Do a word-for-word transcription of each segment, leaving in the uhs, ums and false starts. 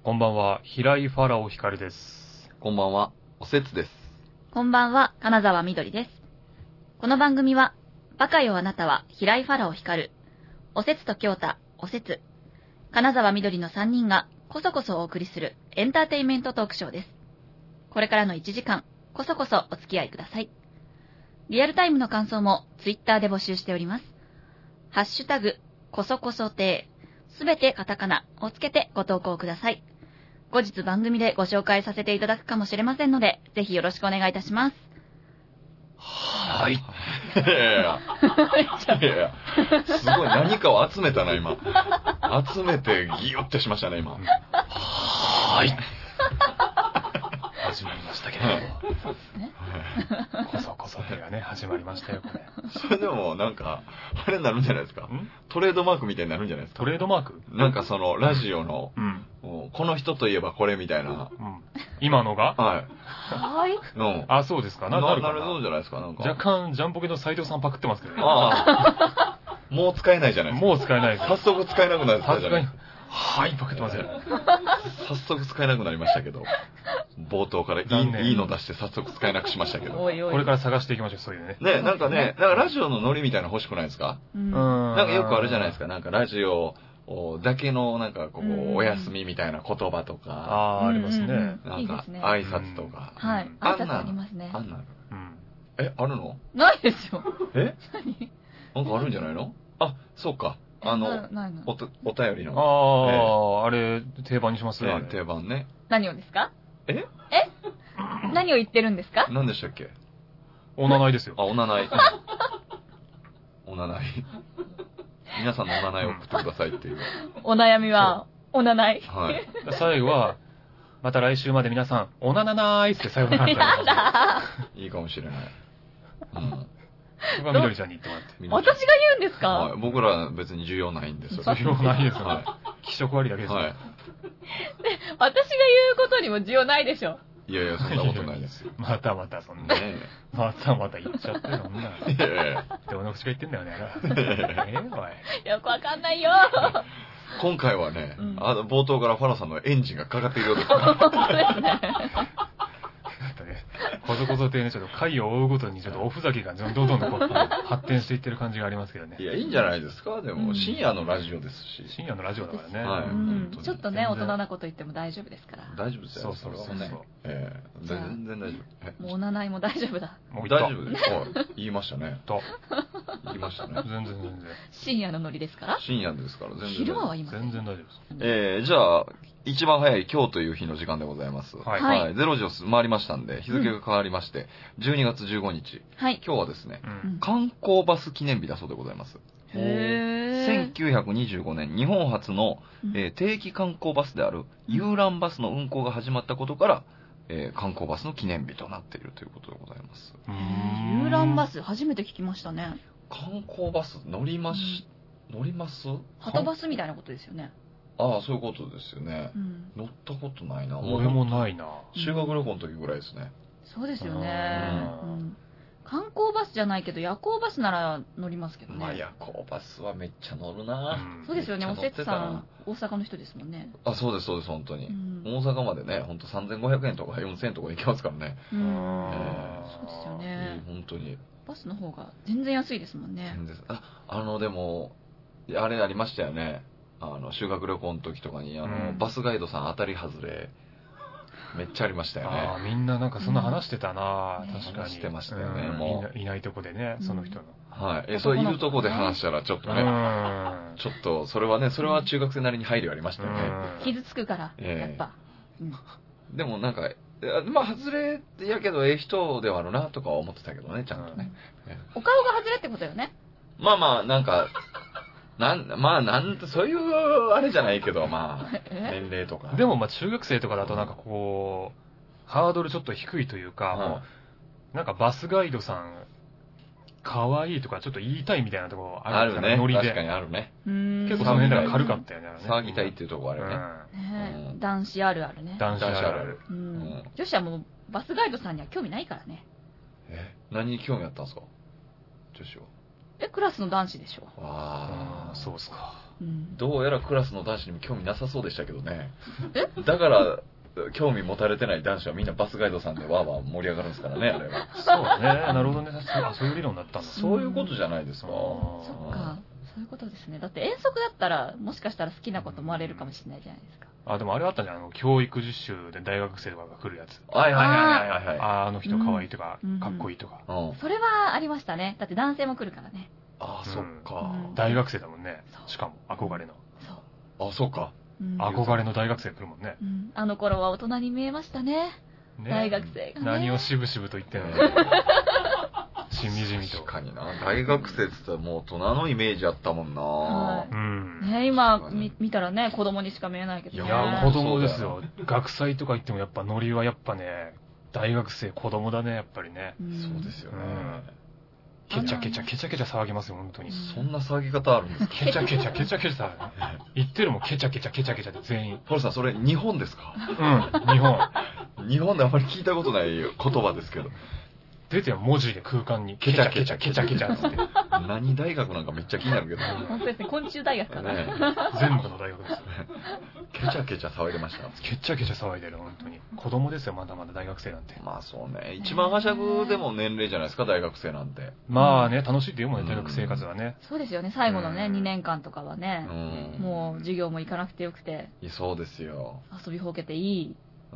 こんばんは、平井ファラオ光です。 こんばんは、おせつです。 こんばんは、金沢みどりです。この番組は、バカよあなたは平井ファラオ光る、おせつと京太、おせつ、金沢みどりのさんにんがこそこそお送りするエンターテインメントトークショーです。これからのいちじかん、こそこそお付き合いください。リアルタイムの感想もツイッターで募集しております。ハッシュタグ、こそこそ亭、すべてカタカナをつけてご投稿ください。後日番組でご紹介させていただくかもしれませんので、ぜひよろしくお願いいたします。 はい。いやいやいや、いやいや、すごい何かを集めたな、今。集めてギュッてしましたね、今。はーい。 始まりましたけれども。 そうですね。 こそこそ手がね、始まりましたよ、これ。 それでも、なんか、あれになるんじゃないですか。トレードマークみたいになるんじゃないですか。 トレードマークなんかその、ラジオの、 うん、 もうこの人といえばこれみたいな。うん、 今のがはい。 はい。 うん。 あ、そうですか。な、 なるかな。 なるそうじゃないですか、なんか。 若干、ジャンポケの斉藤さんパクってますけどね。 ああ。もう使えないじゃないですか。 もう使えないです。 早速使えなくなる。 さすがに。はい、パクってますよ。 早速使えなくなりましたけど。冒頭からいい、いいの出して早速使えなくしましたけど。 おいおい、 これから探していきましょう、そういうね。 ね、なんかね、なんかラジオのノリみたいなの欲しくないですか？ うん。 なんかよくあるじゃないですか。なんかラジオだけのなんかこう、お休みみたいな言葉とか。 ああ、ありますね。 なんか挨拶とか。 はい。挨拶ありますね。 あんなの。え、あるの？ ないですよ。 え？何？なんかあるんじゃないの？あ、そうか。あの、お、お便りの。 ああ、あれ、定番にしますね。 定番ね。 何をですか？ え？ え？何を言ってるんですか？ 何でしたっけ？ おなないですよ。 あ、おなない。おなない。皆さんのおなないを送ってくださいっていう。 お悩みは、おなない。 はい。 最後は、また来週まで皆さん、おななないって最後になったら。 やだいいかもしれない。うん。 そこはみどりちゃんに言ってもらって。 私が言うんですか？ はい。僕ら別に需要ないんですよ。 需要ないですよ。 はい。 気色悪いだけですよ。 はい。 で、私が言うことにも需要ないでしょ。 いやいや、そんなことないですよ。 またまたそんな。ね、またまた言っちゃってるもんな。いやいやで、俺の口が言ってんだよね。ええ、おい。 よくわかんないよ。 今回はね、うん、あの冒頭からファラさんのエンジンがかかっているようです。 そうですね。 こそこそ亭ね、ちょっと回を追うごとにちょっとおふざけがどんどんどんどん発展していってる感じがありますけどね。 いや、いいんじゃないですか。でも、深夜のラジオですし。 深夜のラジオだからね。 はい。 うん、ちょっとね、大人なこと言っても大丈夫ですから。 大丈夫ですよ。 そうそうそうね。 ええ、全然大丈夫。 もうおなないも大丈夫だ。 もう大丈夫です。言いましたね。 と。 言いましたね。 全然全然。 深夜のノリですから深夜ですから、全然。 昼間は今。 全然大丈夫です。 えー、じゃあ、一番早い今日という日の時間でございます。 はい。 はい。ゼロ時を回りましたんで、日付が変わりまして、じゅうにがつじゅうごにち。 はい。 今日はですね、観光バス記念日だそうでございます。 へー。 せんきゅうひゃくにじゅうごねん、日本初の、えー、定期観光バスである遊覧バスの運行が始まったことから、えー、観光バスの記念日となっているということでございます。 遊覧バス、初めて聞きましたね。 観光バス乗りまし、乗りますはとバスみたいなことですよね。 ああ、そういうことですよね。 うん、 乗ったことないな。 俺もないな。 修学旅行の時ぐらいですね。 そうですよね。うん、観光バスじゃないけど夜行バスなら乗りますけどね。 まあ夜行バスはめっちゃ乗るな。 うん、そうですよね。おせつさん、大阪の人ですもんね。 あ、そうです、そうです、本当に。うん、大阪までね、本当さんぜんごひゃくえんとかよんせんえんとか行けますからね。 うん。えー、そうですよね。 本当に。 バスの方が全然安いですもんね。 全然。あ、あの、でも、あれありましたよね。あの、修学旅行の時とかに、あの、うん、バスガイドさん当たり外れ、めっちゃありましたよね。 ああ、みんななんかそんな話してたな、うん、確かに。 してましたよね、 うん、もうい。いないとこでね、その人の。 はい。え、それいるとこで話したらちょっとね、ちょっと、それはね、それは中学生なりに配慮ありましたよね。 傷つくから、やっぱ。 うん、でもなんか、まあ、外れやけど、ええ人ではあるな、とか思ってたけどね、ちゃんとね。 お顔が外れってことよね。 まあまあ、なんか、なん、まあ、なんて、そういう、あれじゃないけど、まあ、年齢とか。 でも、まあ、中学生とかだとなんかこう、ハードルちょっと低いというか、もう、なんかバスガイドさん、可愛いとかちょっと言いたいみたいなところあるね。ノリで。確かにあるね。 結構その辺では軽かったよね。 騒ぎたいっていうところあるよね。 男子あるあるね。 男子あるある。 女子はもう、バスガイドさんには興味ないからね。 え、何に興味あったんですか？女子は。 え、クラスの男子でしょ。 ああ、そうっすか。 うん、 どうやらクラスの男子にも興味なさそうでしたけどね。だから、興味持たれてない男子はみんなバスガイドさんでわーわー盛り上がるんですからね、あれは。 そうね。なるほどね。あ、そういう理論だったんだ。 そういうことじゃないですか。 そっか。そういうことですね。だって遠足だったら、もしかしたら好きなこと思われるかもしれないじゃないですか。 あ、でもあれあったじゃん。あの、教育実習で大学生とかが来るやつ。 はいはいはいはいはい。 あ、あの人可愛いとか、うん、かっこいいとか、 うん。それはありましたね。だって男性も来るからね。 あ、そっか、 うん。大学生だもんね。しかも、憧れの。 そう。あ、そっか。 うん、憧れの大学生来るもんね、 うん。あの頃は大人に見えましたね。ね、大学生が、ね。 何を渋々と言ってんのしみじみと。 確かにな。大学生って言ったらもう大人のイメージあったもんな、はい、 うん、ね、今見、見たらね、子供にしか見えないけどね。 いや、子供ですよ。学祭とか行ってもやっぱノリはやっぱね、大学生子供だね、やっぱりね。 うん、そうですよね。うんケチャケチャケチャケチャ騒ぎますよ、本当に。 そんな騒ぎ方あるんですか？ ケチャケチャケチャケチャ騒ぐ。言ってるもん、ケチャケチャケチャケチャで全員。 ポルさん、それ日本ですか？ うん、日本。 日本であまり聞いたことない言葉ですけど。 出てよ、文字で空間に。ケチャケチャケチャケチャって。 何大学なんかめっちゃ気になるけど。 本当ですね、昆虫大学かな。ね、 全部の大学ですよね。 ケチャケチャ騒いでました。 ケチャケチャ騒いでる、本当に。子供ですよ、まだまだ大学生なんて。 まあそうね。一番はしゃぐでも年齢じゃないですか、大学生なんて。 まあね、楽しいって言うもんね、大学生活はね。 そうですよね、最後のね、にねんかんとかはね、もう授業も行かなくてよくて。 そうですよ。 遊びほうけていい。 うん、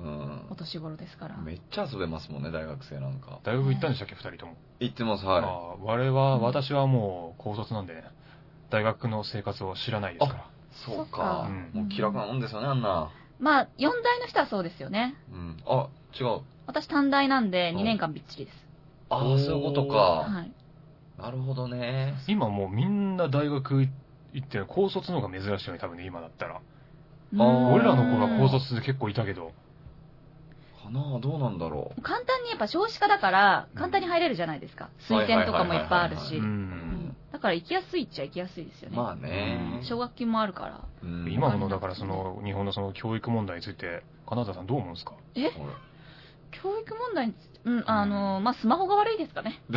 お年頃ですから。 めっちゃ遊べますもんね、大学生なんか。 大学行ったんでしたっけ、二人とも。 行ってます、はい。 あ我は、私はもう高卒なんでね、大学の生活を知らないですから。 そうか。うん、もう気楽なもんですよね、あんな。 まあ、よん大の人はそうですよね。 うん。あ、違う。 私短大なんでにねんかんびっちりです。 ああ、そういうことか。はい。なるほどね。 今もうみんな大学行って高卒の方が珍しいよね、多分ね、今だったら。あ俺らの頃は高卒で結構いたけど。 かなどうなんだろう。 簡単にやっぱ少子化だから簡単に入れるじゃないですか。推薦とかもいっぱいあるし。だから行きやすいっちゃ行きやすいですよね。 まあね。 奨学金もあるから。 今のだからその日本のその教育問題について金田さんどう思うんですか？ え？教育問題について、うん、あのまあスマホが悪いですかね。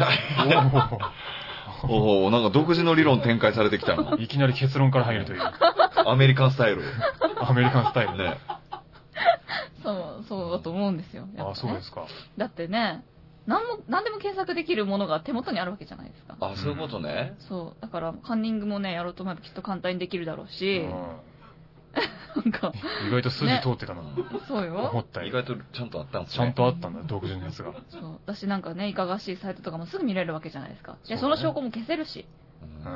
おお、なんか独自の理論展開されてきたの。 いきなり結論から入るという。 アメリカンスタイル。 アメリカンスタイルね。 そう、そうだと思うんですよ。 ね、あ、そうですか。 だってね、何も、何でも検索できるものが手元にあるわけじゃないですか。 あ、そういうことね。 そう。だから、カンニングもね、やろうと思えばきっと簡単にできるだろうし、うん、なんか。 意外と筋通ってたな。ね、 そうよ。 思った意外とちゃんとあったんですね。 ちゃんとあったんだ、独自のやつが。 そう。私なんかね、いかがわしいサイトとかもすぐ見れるわけじゃないですか。で、その証拠も消せるし。うん、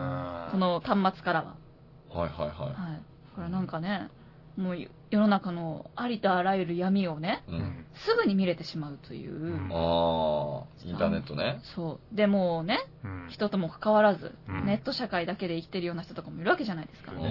この端末からは。 はいはいはい。はい。 だからなんかね、もう世の中のありとあらゆる闇をね、うん、すぐに見れてしまうという。うん、 ああ、インターネットね。 そう。でもね、うん、人とも関わらず、うん、ネット社会だけで生きてるような人とかもいるわけじゃないですか。うん、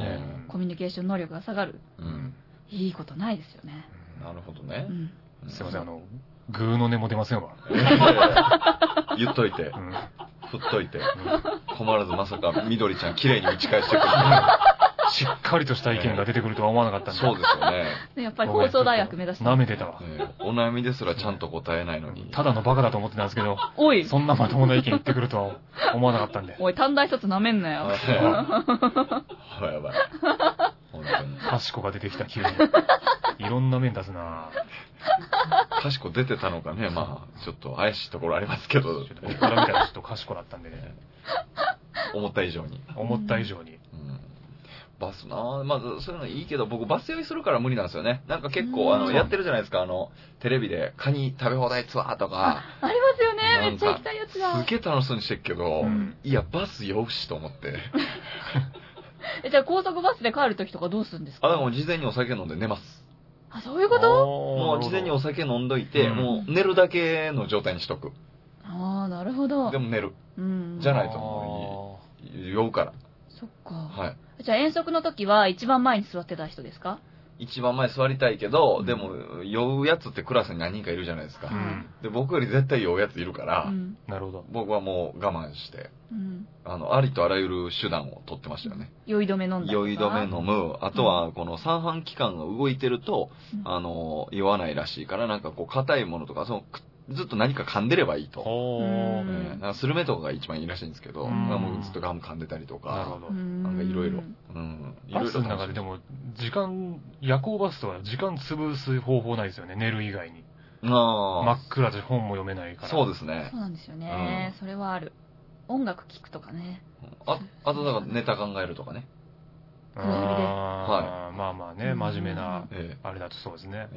コミュニケーション能力が下がる。うん、いいことないですよね。 なるほどね。 うん、すいません、あの、グーの音も出ませんわ。 言っといて。うん、振っといて。困らずまさかみどりちゃん綺麗に打ち返してくる。 しっかりとした意見が出てくるとは思わなかったんで。 そうですよね。 やっぱり放送大学目指して。 舐めてたわ、 ね。お悩みですらちゃんと答えないのに。 ただのバカだと思ってたんですけど、 おい。 そんなまともな意見言ってくるとは思わなかったんで。 おい、短大卒舐めんなよ。 やばいやばい。本当に。 かしこが出てきた急に。いろんな面出すなぁ。 かしこ出てたのかね、まあ、ちょっと怪しいところありますけど。 僕から見たらちょっとかしこだったんでね。 思った以上に。 思った以上に。 うんバスなまず、そういうのいいけど、僕バス酔いするから無理なんですよね。なんか結構、あの、やってるじゃないですか、あの、テレビで、カニ食べ放題ツアーとか。 あ、ありますよね、めっちゃ行きたいやつが。 すげえ楽しそうにしてるけど、うん、いや、バス酔うしと思って。 え、じゃあ高速バスで帰るときとかどうするんですか？ あ、でも事前にお酒飲んで寝ます。 あ、そういうこと？ もう事前にお酒飲んどいて、うん、もう寝るだけの状態にしとく。 ああ、なるほど。 でも寝る。うん、じゃないともう酔うから。 そっか。 はい。 じゃあ遠足の時は一番前に座ってた人ですか？ 一番前座りたいけど、うん、でも酔うやつってクラスに何人かいるじゃないですか。うん、で僕より絶対酔うやついるから、うん、 なるほど。 僕はもう我慢して、うん、あのありとあらゆる手段を取ってましたよね。 酔い止め飲んだ。 酔い止め飲む。あとはこの三半規管が動いてると、うん、あの酔わないらしいからなんかこう硬いものとかそのずっと何か噛んでればいいと。 ほー。 えーなんかスルメとかが一番いいらしいんですけど、 うんまあもうずっとガム噛んでたりとか。 なるほど。 なんかいろいろ。うん。いろいろバスの中ででも、時間、夜行バスとは時間潰す方法ないですよね、寝る以外に。 あ真っ暗で本も読めないから。 そうですね。 そうなんですよね。 うん、 それはある。音楽聴くとかね。 あ、あとだからネタ考えるとかね。 あはい。まあまあね、真面目な、あれだとそうですね。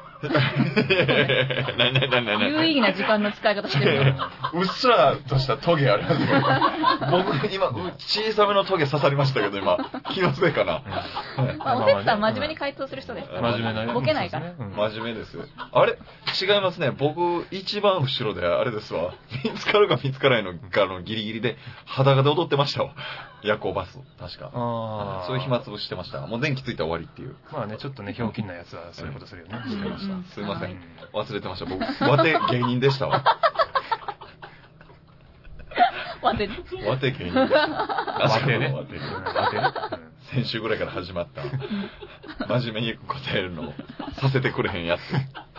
ななななな有意義な時間の使い方してる。 うっすらとしたトゲあるんですよ。僕今、小さめのトゲ刺さりましたけど、今、気のせいかな。 まあ、おせつさん真面目に回答する人ですから。 真面目なボケないから。 真面目です。あれ違いますね。僕、一番後ろで、あれですわ。見つかるか見つからないのかのギリギリで、裸で踊ってましたわ。夜行バス。確か。 あそういう暇つぶしてました。もう電気ついたら終わりっていう。 まあね、ちょっとね、ひょうきんなやつはそういうことするよね。 してました。すいません。 忘れてました。僕、わて芸人でしたわ。 わてわて芸人でした。 わてね。 わてね。先週ぐらいから始まった、真面目に答えるのをさせてくれへんやつ。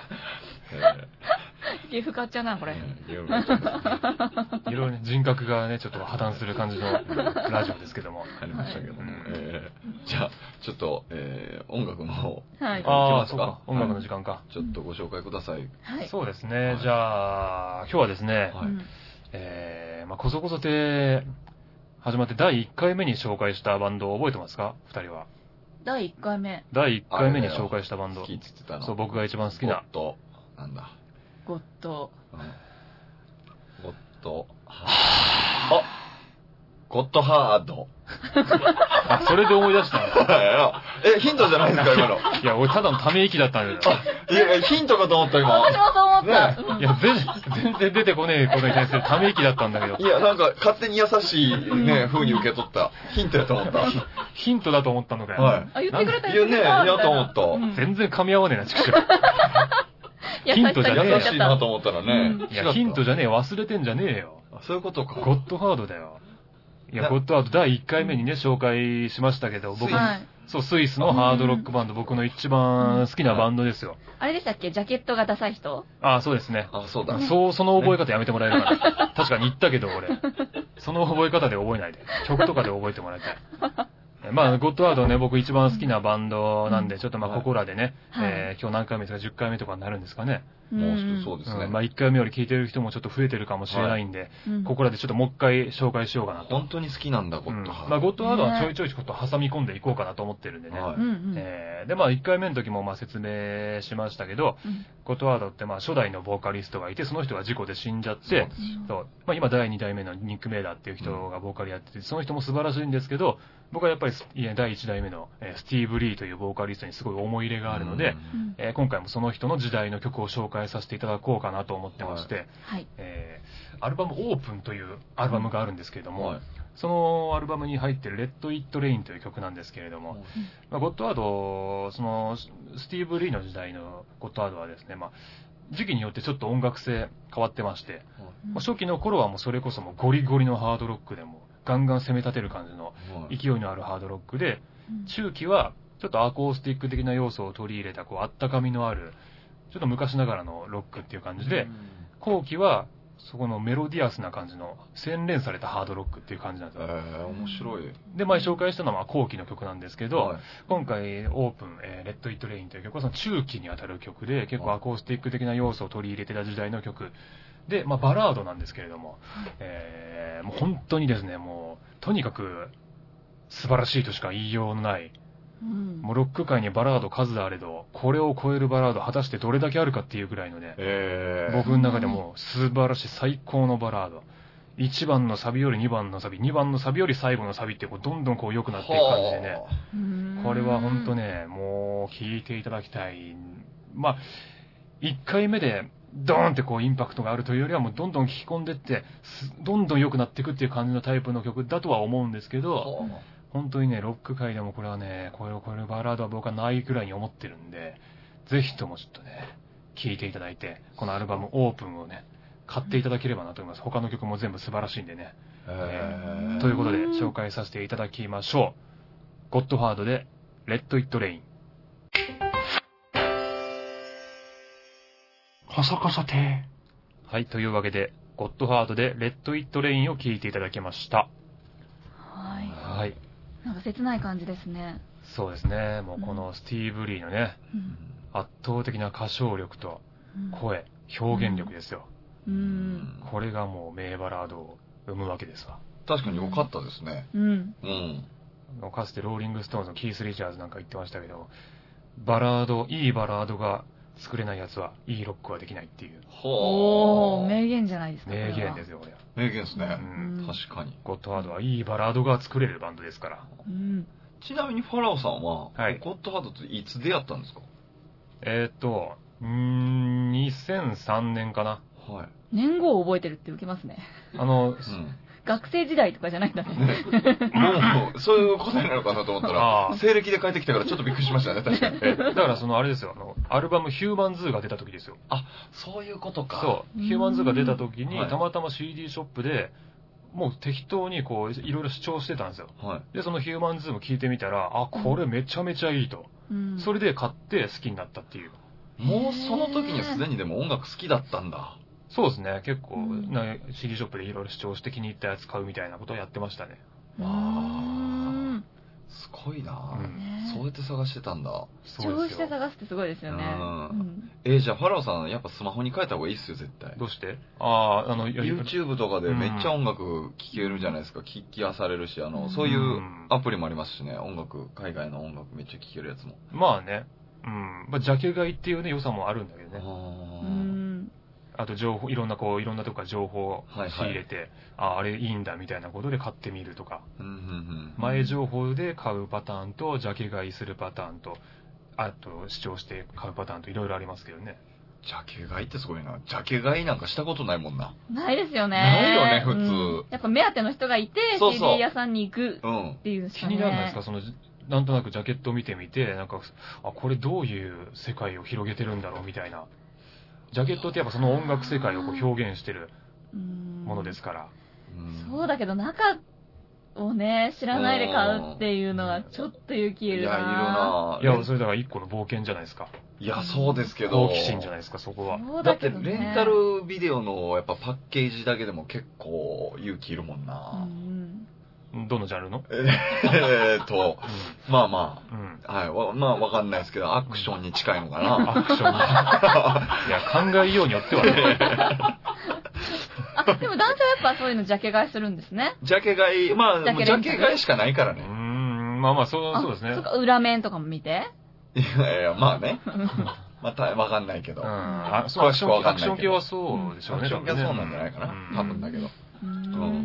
岐阜買っちゃうな、これ。 いろいろね、人格がね、ちょっと破綻する感じのラジオですけども。 ありましたけども。えー、じゃあ、ちょっと、えー、音楽の方、 はい。 ああ、そうか。音楽の時間か。 ちょっとご紹介ください。 はい。 そうですね。じゃあ、今日はですね、 はい、 えー、まあ、こそこそ亭始まってだいいっかいめに紹介したバンドを覚えてますか二人は。 だいいっかいめ。 だいいっかいめに紹介したバンド。 好きって言ってたの。 そう、僕が一番好きな。 ゴッド、なんだ。 ゴッド。 うん、ゴッド、あゴッドハード。 あ、それで思い出したんだ。 え、ヒントじゃないですか、今の。 いや、俺ただのため息だったんだよ。 いやいや、ヒントかと思った、今。 私もそう思った。 ね、いや、全然出てこねえことに対するため息だったんだけど。 いや、なんか、勝手に優しいね、風に受け取った。ヒントやと思った。 ヒントだと思ったのかよ。 はい。 あ、言ってくれたいやね、嫌と思った。 全然噛み合わねえな、ちくしょう。 ヒントじゃねえ優しいなと思ったらね。 いや、ヒントじゃねえ、忘れてんじゃねえよ。 そういうことか。 ゴッドハードだよ。いや、ゴッドハードだいいっかいめにね、紹介しましたけど、僕、そう、スイスのハードロックバンド、僕の一番好きなバンドですよ。 あれでしたっけジャケットがダサい人？ ああ、そうですね。 あ、そうだ。 そう、その覚え方やめてもらえるかな。確かに言ったけど、俺。その覚え方で覚えないで。曲とかで覚えてもらいたい。まあ、ゴッドハードね、僕一番好きなバンドなんで、ちょっとまあ、ここらでね、えー、今日何回目ですか、じゅっかいめとかになるんですかね。 もうそうですね。 うん、まあ、いっかいめより聞いてる人もちょっと増えてるかもしれないんで、はい、ここらでちょっともう一回紹介しようかなと。 本当に好きなんだ、ゴッドハード。 うん、まあ、ゴッドハードはちょいちょいちょっと挟み込んでいこうかなと思ってるんでね。はい、えー、で、まあ、いっかいめの時もまあ説明しましたけど、うん、ゴッドハードってまあ、初代のボーカリストがいて、その人が事故で死んじゃって、そう、まあ、今だいにだいめのニック・メイダーっていう人がボーカルやってて、その人も素晴らしいんですけど、僕はやっぱりだいいちだいめのスティーブ・リーというボーカリストにすごい思い入れがあるので、うんえー、今回もその人の時代の曲を紹介させていただこうかなと思ってまして、はいえー、アルバムオープンというアルバムがあるんですけれども、はい、そのアルバムに入ってるレッド・イット・レインという曲なんですけれども、うんまあ、ゴッドハード、そのスティーブ・リーの時代のゴッドハードはですね、まあ、時期によってちょっと音楽性変わってまして、うん、初期の頃はもうそれこそもうゴリゴリのハードロックでもガンガン攻め立てる感じの勢いのあるハードロックで、うん、中期はちょっとアコースティック的な要素を取り入れたこうあったかみのあるちょっと昔ながらのロックっていう感じで、うん、後期はそこのメロディアスな感じの洗練されたハードロックっていう感じなんですよ。 えー、面白い。 で、前紹介したのは後期の曲なんですけど、はい、今回オープン、えー、レッド・イット・レインという曲はその中期にあたる曲で、結構アコースティック的な要素を取り入れてた時代の曲で、まあバラードなんですけれども、えー、もう本当にですね、もうとにかく素晴らしいとしか言いようのない、うん、もうロック界にバラード数あれど、これを超えるバラード果たしてどれだけあるかっていうぐらいのね、えー、僕の中でも素晴らしい最高のバラード。いちばんのサビよりにばんのサビ、にばんのサビより最後のサビってこうどんどんこう良くなっていく感じでね、これは本当ね、もう聴いていただきたい。まあ、いっかいめでドーンってこうインパクトがあるというよりはもうどんどん聴き込んでって、どんどん良くなっていくっていう感じのタイプの曲だとは思うんですけど、本当にね、ロック界でもこれはね、これを超えるバラードは僕はないくらいに思ってるんで、ぜひともちょっとね、聴いていただいて、このアルバムオープンをね、買っていただければなと思います。他の曲も全部素晴らしいんでね。えー、ということで、紹介させていただきましょう。ゴッドハードで、レッド・イット・レイン。 こそこそ亭。 はい、というわけで、ゴッドハートでレッド・イット・レインを聴いていただきました。 はい。 はい。 なんか切ない感じですね。 そうですね。もうこのスティーブ・リーのね、うん、圧倒的な歌唱力と声、うん、表現力ですよ、うん。これがもう名バラードを生むわけですわ。 確かに良かったですね。 うん。 うん。かつてローリング・ストーンズのキース・リチャーズなんか言ってましたけど、バラード、いいバラードが作れないやつはいいロックはできないっていう。 おー、名言じゃないですか。 名言ですよ、これ。 名言ですね。うん、確かに。 ゴッドハードはいいバラードが作れるバンドですから。 うん、 ちなみにファラオさんは、はい、ゴッドハードっていつ出会ったんですか？ えー、っと、うーん、にせんさんねんかな。 はい。 年号を覚えてるって受けますね。 あの、うん学生時代とかじゃないんだね。 もう、そういう答えなのかなと思ったら、西暦で帰ってきたからちょっとびっくりしましたね、確かに。 えだからそのあれですよ、あの、アルバムヒューマンズーが出た時ですよ。 あ、そういうことか。 そう。ヒューマンズーが出た時に、たまたま シーディー ショップで、もう適当にこう、いろいろ主張してたんですよ。はい。で、そのヒューマンズーも聞いてみたら、あ、これめちゃめちゃいいと。うん、それで買って好きになったっていう。 もうその時にはすでにでも音楽好きだったんだ。 そうですね。結構、うん、シーディー ショップでいろいろ主張して気に入ったやつ買うみたいなことをやってましたね。 ああ、すごいな、うん、そうやって探してたんだ。 主張して探すってすごいですよね。うん、 えー、じゃあファラオさんやっぱスマホに変えた方がいいっすよ、絶対。 どうして？ああ、あの、 YouTube とかでめっちゃ音楽聴けるじゃないですか。聞きあされるし、あの、そういうアプリもありますしね。音楽、海外の音楽めっちゃ聴けるやつも。 まあね。うん。まあ、ジャケ買いっていうね、良さもあるんだけどね。 うんあと情報、いろんなこう、いろんなとこから情報を仕入れて、はいはい、ああ、あれいいんだみたいなことで買ってみるとか、 うんうんうん、 前情報で買うパターンと、ジャケ買いするパターンと、あと、視聴して買うパターンといろいろありますけどね。 ジャケ買いってすごいな。ジャケ買いなんかしたことないもんな。 ないですよね。 ないよね、普通。 うん、やっぱ目当ての人がいて、そうそう シーディー 屋さんに行くっていう、ね、 気にならないですか？その、なんとなくジャケットを見てみて、なんか、あ、これどういう世界を広げてるんだろうみたいな。ジャケットってやっぱその音楽世界をこう表現してるものですから。 うそうだけど中をね、知らないで買うっていうのはちょっと勇気いるな。 いや、いるな。 いや、それだから一個の冒険じゃないですか。 いや、そうですけど。 好奇心じゃないですか、そこは。 そうだけど、ね、だってレンタルビデオのやっぱパッケージだけでも結構勇気いるもんな。 うんどのジャンルのえーっと、うん、まあまあ、うん、はい、まあわかんないですけど、アクションに近いのかな。 アクションに。いや、考えようによってはね。 あ、でも男性はやっぱそういうのジャケ買いするんですね。 ジャケ買い、まあ、ジャケ買いしかないからね。 うーん、まあまあ、そう、そうですね。 そうか、裏面とかも見て。 いやいや、まあね。また、わかんないけど。うん。 あ、そう、アクション、アクション系はそうでしょうね。 アクション系はそうなんじゃないかな。多分だけど。うん。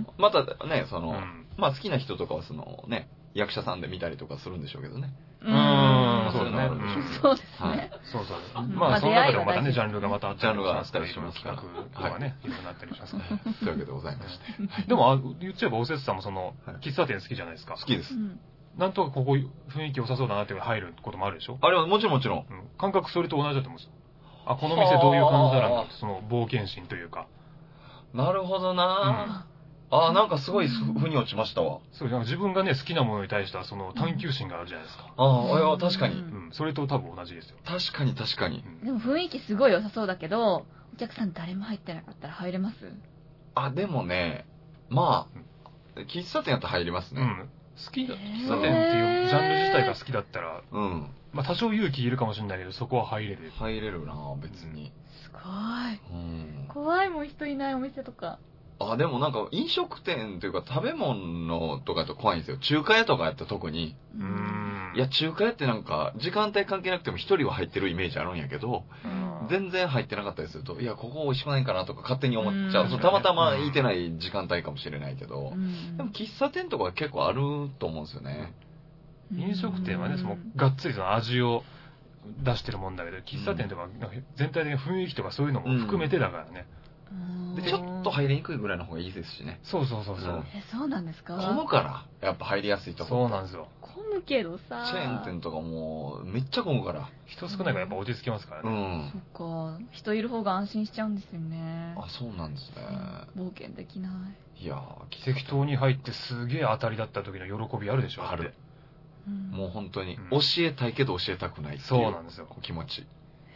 またね、その、まあ好きな人とかはそのね、役者さんで見たりとかするんでしょうけどね。 うーん、そうね。 そうですね。 そうそう。まあその中でもまたね、ジャンルがまたあったりしますから、ジャンルがあったりしますから、企画とかね、いろいろなったりしますから。 というわけでございまして。 でも、言っちゃえば、おせつさんもその、喫茶店好きじゃないですか。 好きです。 なんとかここ雰囲気良さそうだなって入ることもあるでしょ？ あれはもちろんもちろん。 感覚それと同じだと思うんですよ。あ、この店どういう感じだろうな、その冒険心というか。 なるほどなぁ。ああ、なんかすごい腑に落ちましたわ。 そう、なんか自分がね、好きなものに対しては、その探求心があるじゃないですか。 ああ、いや、確かに。 うん、それと多分同じですよ。 確かに確かに。 でも雰囲気すごい良さそうだけど、お客さん誰も入ってなかったら入れます？ あ、でもね、まあ、喫茶店やったら入りますね。うん。 好きだ、喫茶店っていうジャンル自体が好きだったら、 うん。 まあ多少勇気いるかもしれないけど、そこは入れる。 入れるな別に。 すごい。うん。怖いもん、人いないお店とか。 あ、でもなんか飲食店というか食べ物とかだと怖いんですよ。中華屋とかやったら特に。 うーん。 いや、中華屋ってなんか時間帯関係なくても一人は入ってるイメージあるんやけど、全然入ってなかったりすると、いや、ここ美味しくないかなとか勝手に思っちゃう。そうたまたま行ってない時間帯かもしれないけど、でも喫茶店とかは結構あると思うんですよね。 飲食店はね、そのがっつりその味を出してるもんだけど、喫茶店とか全体的な雰囲気とかそういうのも含めてだからね。 で、ちょっと入りにくいぐらいの方がいいですしね。 そうそうそうそう。 え、そうなんですか？ 混むから、やっぱ入りやすいとこ。 そうなんですよ。 混むけどさ。 チェーン店とかもめっちゃ混むから。 人少ないからやっぱ落ち着きますからね。 うん。 そっか。人いる方が安心しちゃうんですよね。 あ、そうなんですね。 冒険できない。 いやー、適当に入ってすげえ当たりだった時の喜びあるでしょ？ ある。もう本当に、教えたいけど教えたくないっていう。 そうなんですよ。 気持ち。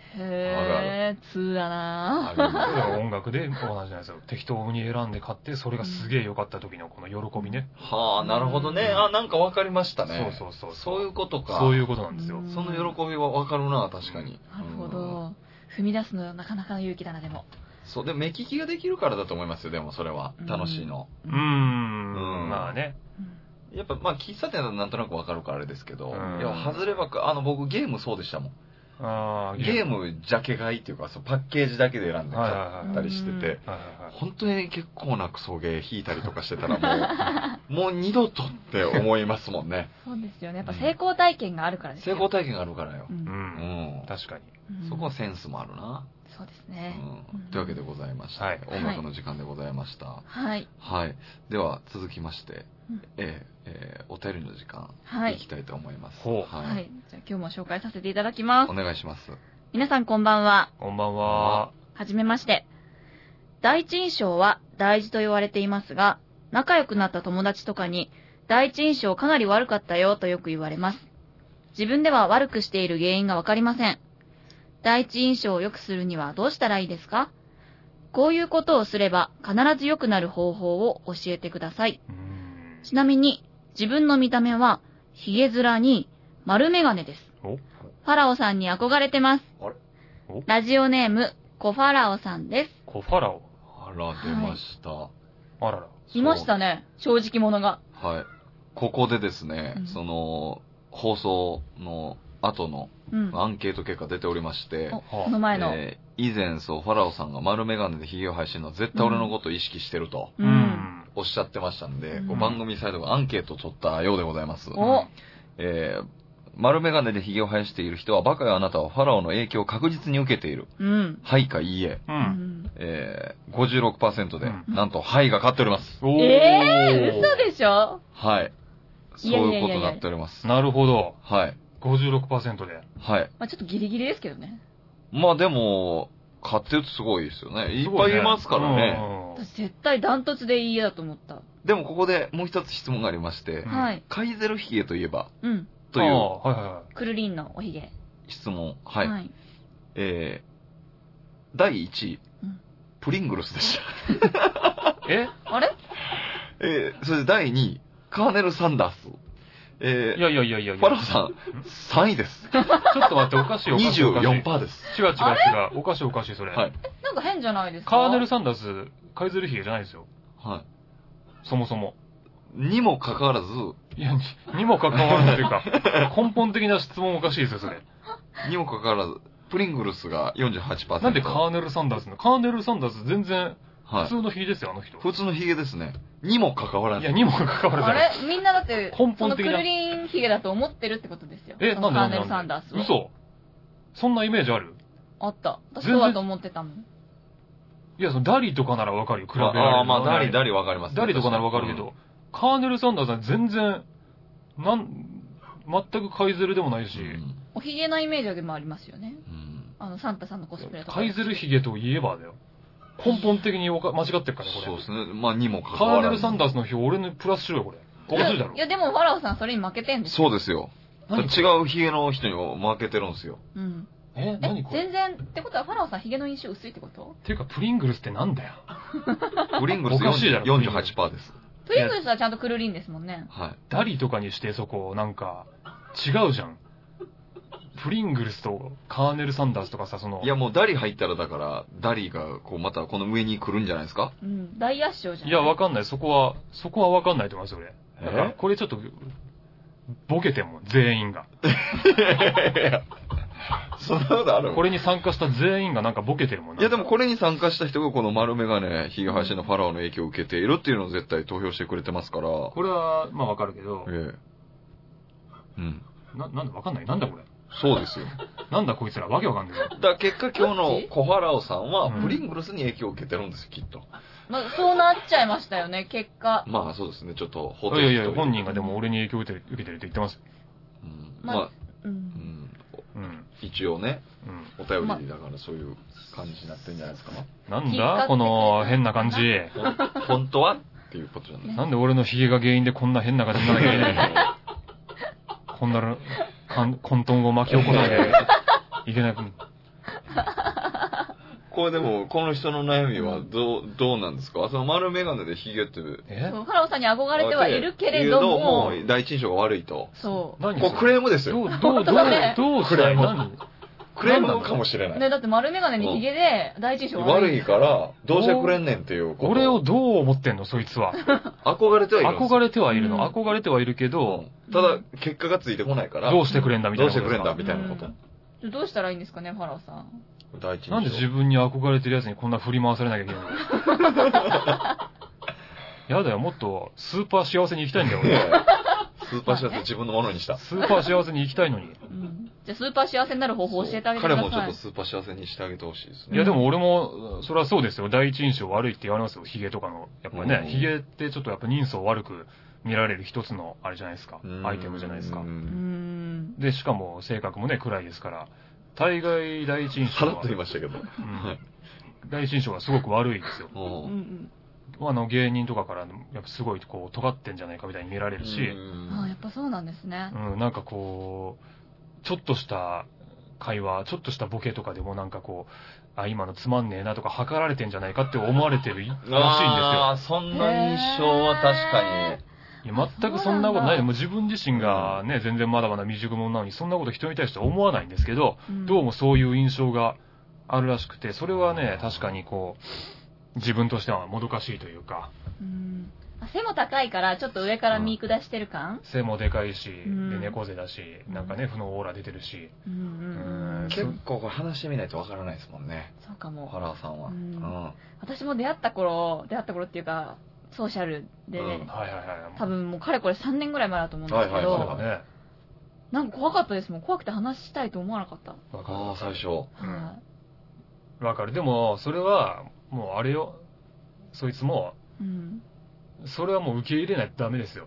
へー、通だなあだから音楽で同じなんですよ。適当に選んで買って、それがすげえ良かった時のこの喜びね。 はあ、なるほどね。あ、なんかわかりましたね。 そうそうそう。 そういうことか。 そういうことなんですよ。 うんその喜びはわかるな、確かに。 なるほうんど。踏み出すのなかなかの勇気だな、でも。 そう、で、目利きができるからだと思いますよ、でもそれは。楽しいの。 うーん。 うんまあね。 やっぱ、まあ、喫茶店だとなんとなくわかるからあれですけど、 うんいや、外ればっか、あの、僕ゲームそうでしたもん。 あーゲームジャケ買いっていうか、そうパッケージだけで選んで買ったりしてて、 はいはいはい。 本当に結構なクソゲー引いたりとかしてたらもう、もう二度とって思いますもんね。 そうですよね。やっぱ成功体験があるからですよ。 成功体験があるからよう。。 うん。 うんん。 確かに。 うんそこはセンスもあるな。 そうですうね。 ん。というわけでございました。 はい音楽の時間でございました。 はい。 はい。では、続きまして、 うんえーえーお便りの時間、 はいいきたいと思います。 ほうは。 はいい。じゃあ今日も紹介させていただきますお。願いします。 皆さんこんばんは。 こんばんは。 はじめまして。第一印象は大事と言われていますが、仲良くなった友達とかに、第一印象かなり悪かったよとよく言われます。自分では悪くしている原因がわかりません。第一印象を良くするにはどうしたらいいですか？こういうことをすれば必ず良くなる方法を教えてください。 うーん。 ちなみに、自分の見た目は、ヒゲ面に丸メガネです。 おファラオさんに憧れてます。 あれおラジオネーム、コファラオさんです。 コファラオ。 あら、出ました。 あらら。 いましたね、正直者が。 はい。ここでですね、 うんその、放送の後のうん。 アンケート結果出ておりまして、 お、この前の。 えー以前、そう、ファラオさんが丸メガネでヒゲを生やしてるのは絶対俺のことを意識してるとう。 うんん。 おっしゃってましたんで、 うんこう番組サイドがアンケートを取ったようでございます。 お、 えー丸メガネでヒゲを生やしている人はバカよあなたはファラオの影響を確実に受けている。 うん。 はいかいいえ。 う。 うんん。 えー、ごじゅうろくパーセントで、 うんなんとはいが勝っております。 おーえー、嘘でしょ？ はい。そういやいやいやいやいうことになっております。 なるほど。 はい。 ごじゅうろくパーセントで。 はい。 まあちょっとギリギリですけどね。 まあでも、勝ってるとすごいですよね。いっすごねぱいいますからね。 うん私絶対ダントツでいい家だと思った。 でもここでもう一つ質問がありまして、 うんはい。 カイゼルヒゲといえば、 うん。 というああはいはいはい。 くるりんのおひげ。 質問。はい。 はい。 えー、だいいちい、 うんプリングルスでした。 えあれ？ えー、それでだいにい、カーネル・サンダース。えー、 いやいやいやいやいや。 ファラオさん、さんいです。 ちょっと待って、おかしいおかしい。 にじゅうよんおパーセントです。 かしい違う違う違う。おかしいおかしい、それ。 はい。 なんか変じゃないですか？ カーネル・サンダース、カイゼルヒゲじゃないですよ。 はそもそも。 い。にもかかわらず、 いや、ににもかかわらずというか、根本的な質問おかしいですよ、それ。 にもかかわらず、プリングルスが よんじゅうはちパーセント。 なんでカーネル・サンダースのカーネル・サンダース全然、 はい。 普通のヒゲですよ、あの人。 普通のヒゲですね。にもかかわらず。 いや、にもかかわらずじゃあない。 れみんなだって、 根本的なそのくるりんひげだと思ってるってことですよ。 え、 そなんでなんでのカーネル・サンダースは。 嘘そんなイメージあるあった。私全然そうだと思ってたもん。 いや、そのダリとかならわかるよ、比べられるのはああ、まあ、ダリ、ダリわかりますね。 ダリとかならわかるけど、カーネル・サンダースは全然、なん、全くカイゼルでもないしう、ん。 おひげのイメージでもありますよね。 うん。 あの、サンタさんのコスプレとか。 カイゼルヒゲといえばだよ。根本的におか間違ってるからね、これ。 そうですね。まあ、にもかかカーネル・わらず。 サンダースの票、俺にプラスしろよ、これ。おかしいだろい。や、でもファラオさんそれに負けてんですよ。 そうですよ。 何違うヒゲの人にも負けてるんですよ。 うん。 え、 え何、これ全然、ってことはファラオさんヒゲの印象薄いってこと？ っていうか、プリングルスってなんだよ。 プリングルスおかしいだろよんじゅうはちパーセントです。 プリングルスはちゃんとくるりんですもんね。 はい。 ダリとかにしてそこ、なんか、違うじゃん。プリングルスとカーネル・サンダースとかさ、その、 いや、もうダリ入ったら、だから、ダリが、こう、またこの上に来るんじゃないですか？ うん。大圧勝じゃん。 いや、わかんない。そこは、そこはわかんないと思います、俺。 えだから、これちょっと、ボケてんもん、全員が。 そんなことあるこれに参加した全員がなんかボケてるもんいや、でもこれに参加した人がこの丸メガネ、ヒゲ生やしのファラオの影響を受けているっていうのを絶対投票してくれてますから。 これは、まあわかるけど、 ええ。うん。 な、なんだわかんない。なんだこれ。 そうですよ。 なんだこいつら、わけわかんない。 だから結果今日の小ファラオさんはうんプリングルスに影響を受けてるんですよ、きっと。 まあ、そうなっちゃいましたよね、結果。 まあそうですね、ちょっとほいやいやいや、本人がでも俺に影響を受けてる、受けてるって言ってます。 うんまあまあ、 う。 うんん、 うん。 一応ね、 うん。 お便りだからそういう感じになってるんじゃないですか。 なん気遣ってだこの変な感じ。 ほん本当はっていうことじゃない。 なんで俺のヒゲが原因でこんな変な感じにならなきゃいけないのこんなかん混沌を巻き起こさなきゃいけない。 これでも、この人の悩みはどう、どうなんですか？その丸メガネでヒゲって。 え？ファラオさんに憧れてはいるけれども。 もう第一印象が悪いと。 そう。 何これクレームですよ。 どう、どう、どう、どうクレーム。クレームかもしれない。 ね、だって丸メガネにヒゲで第一印象悪い。 悪いから、どうしてくれんねんっていうこと。 俺をどう思ってんの、そいつは。 憧れてはいる。 憧れてはいるの。憧れてはいるけど、 ただ、結果がついてこないから。 どうしてくれんだみたいな。 どうしてくれんだみたいなこと。 どうしたらいいんですかね、ファラオさん。 第一印象。 なんで自分に憧れてるやつにこんな振り回されなきゃいけないの？やだよ、もっとスーパー幸せに行きたいんだよ、俺。 スーパー幸せ自分のものにした。 スーパー幸せに行きたいのに。 うん、じゃあスーパー幸せになる方法を教えてあげてください。 彼もちょっとスーパー幸せにしてあげてほしいですね。 いやでも俺も、それはそうですよ。第一印象悪いって言われますよ。ヒゲとかの。やっぱりね、ヒゲってちょっとやっぱ人相悪く見られる一つの、あれじゃないですか。アイテムじゃないですか。で、しかも性格もね、暗いですから。大概第一印象は。 さらっと言いましたけど。うん、 第一印象がすごく悪いですよ。 うんあの芸人とかからやっぱすごいこう尖ってんじゃないかみたいに見られるし、 ああやっぱそうなんですね。 うん、なんかこうちょっとした会話、ちょっとしたボケとかでもなんかこう、あ今のつまんねえなとか測られてんじゃないかって思われてるらしいんですよ。 ああそんな印象は確かに。 いや全くそんなことないでも自分自身がね全然まだまだ未熟者なのにそんなこと人に対して思わないんですけど、うん、どうもそういう印象があるらしくて、それはね確かにこう。自分としてはもどかしいというか、 うん、背も高いからちょっと上から見下してる感、 うん、背もでかいし、うん、で猫背だし、なんかね負のオーラ出てるし、 うんうんうん、結構これ話してみないとわからないですもんね。 そうかも。 ファラオさんは、うんうん、 私も出会った頃出会った頃っていうかソーシャルで、うんはいはいはい、多分もうかれこれさんねんぐらい前だと思うんですけど、はいはいはいはい、なんか怖かったですもん。怖くて話したいと思わなかった。 ああ最初。 はい、 わかる。でもそれはもうあれよ、そいつも、 うん、 それはもう受け入れないとダメですよ。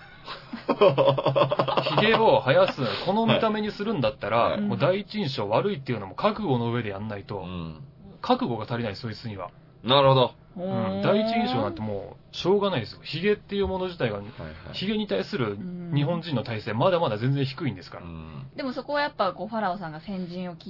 ヒゲを生やす、この見た目にするんだったら、はい、もう第一印象悪いっていうのも覚悟の上でやんないと、うん、覚悟が足りない、そいつには。 なるほど。 うん、第一印象なんてもう、しょうがないですよ。ヒゲっていうもの自体が、はいはい、ヒゲに対する日本人の体制、まだまだ全然低いんですから。うん、 でもそこはやっぱこうファラオさんが先陣を切って、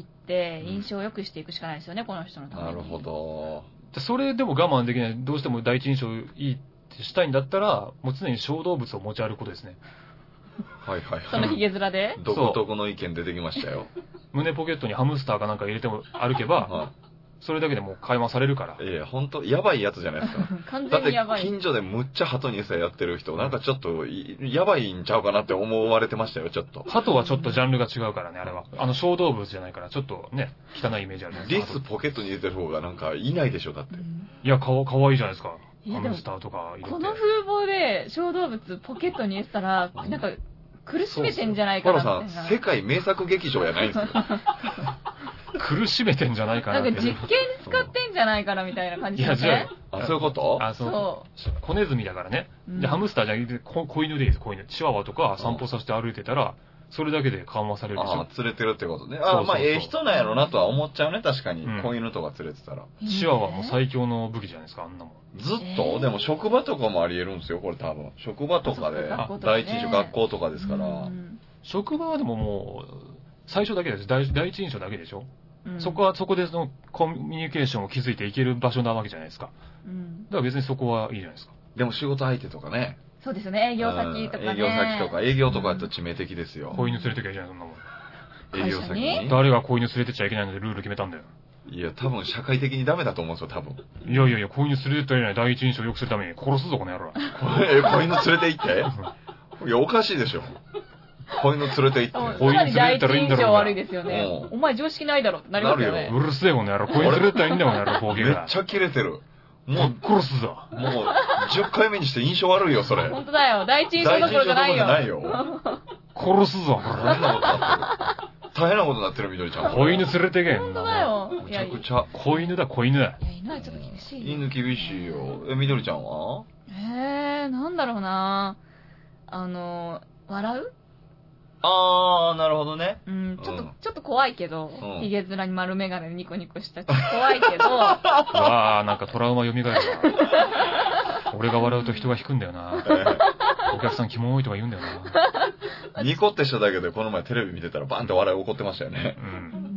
印象を良くしていくしかないですよね、この人のために。 なるほど。 それでも我慢できない、どうしても第一印象いいってしたいんだったら、もう常に小動物を持ち歩くことですね。 はいはいはい。 そのヒゲ面で独特の意見出てきましたよ。 胸ポケットにハムスターかなんか入れても歩けば、はい、それだけでもう会話されるから。 いや、ほんと、やばいやつじゃないですか。 完全にやばい。 だって近所でむっちゃ鳩に餌やってる人、なんかちょっと、やばいんちゃうかなって思われてましたよ、ちょっと。 鳩はちょっとジャンルが違うからね、あれは。あの、小動物じゃないから、ちょっとね、汚いイメージあるじゃないですか。 リスポケットに入れてる方がなんかいないでしょ、だって。うん、 いや、かわ、かわいいじゃないですか。ハムスターとか入れて。 この風貌で小動物ポケットに入れてたら、なんか、苦しめてんじゃないかなみたいな。 ファラさん、世界名作劇場やないんですよ。 苦しめてんじゃないかなって。なんか実験に使ってんじゃないかなみたいな感じですね。いや、じゃあ、あ、そういうことあ、そう。そう小ネズミだからね。うん、で、ハムスターじゃなくて、子犬でいいです、子犬。チワワとか散歩させて歩いてたら、それだけで緩和されるでしょ。 あ、連れてるってことね。あ、そうそうそうまあ、ええ人なんやろなとは思っちゃうね、確かに。うん、子犬とか連れてたら。 チワワも最強の武器じゃないですか、あんなもん。 ずっと、えー、でも職場とかもあり得るんですよ、これ多分。職場とかで、第一印象学校とかですから。 職場はでももう、最初だけです。第, 第一印象だけでしょ、うん、そこは、そこでそのコミュニケーションを築いていける場所なわけじゃないですか。うん、だから別にそこはいいじゃないですか。 でも仕事相手とかね。 そうですね、営業先とかね。 営業先とか、営業とかだと致命的ですよ。 子犬連れてきゃいけない、そんなもん。 営業先に誰が子犬連れてっちゃいけないのでルール決めたんだよ。 いや、多分社会的にダメだと思うんですよ、多分。 いやいやいや、子犬連れてったらいない第一印象を良くするために殺すぞ、この野郎。 え、子犬連れて行っていや、おかしいでしょ。子犬連れて行って。 子犬連れてったらいいんだろ。第一印象悪いですよね。お前常識ないだろってなりますよね。 うるせえ、この野郎。子犬連れてったらいいんだよ、この野郎、ボケが。 めっちゃキレてる。 もう、殺すぞ。 もう、じゅっかいめにして印象悪いよ、それ。 本当だよ。第一印象どころじゃないよ。 第一印象どころじゃないよ。 殺すぞ。 大変なことになってる。大変なことになってる、みどりちゃん。 子犬連れてけん。 本当だよ。 めちゃくちゃ。 子犬だ、子犬。いや、 犬はちょっと厳しい。 犬厳しいよ。え、みどりちゃんはえー、なんだろうなあの、笑うあー、なるほどね。 うん、ちょっと、うん、ちょっと怖いけど、うん、ヒゲ面に丸眼鏡でニコニコした。ちょっと怖いけど。 わー、なんかトラウマ蘇るわ。俺が笑うと人が引くんだよな。お客さんキモいとか言うんだよな。 ニコってしただけでこの前テレビ見てたらバンって笑い起こってましたよね。 うん。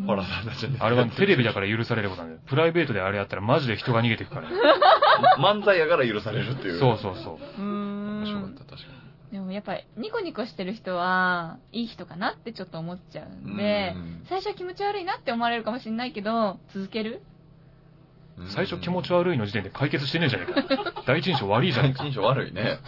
ファラオさんたちね。 あれはテレビだから許されることなんで、プライベートであれやったらマジで人が逃げていくからね。 漫才やから許されるっていう。 そうそうそう。 うーん。 面白かった、確かに。 でもやっぱりニコニコしてる人はいい人かなってちょっと思っちゃうんで、 うん最初は気持ち悪いなって思われるかもしれないけど、続ける最初気持ち悪いの時点で解決してねえじゃねえか。第一印象悪いじゃねえか。 第一印象悪いね。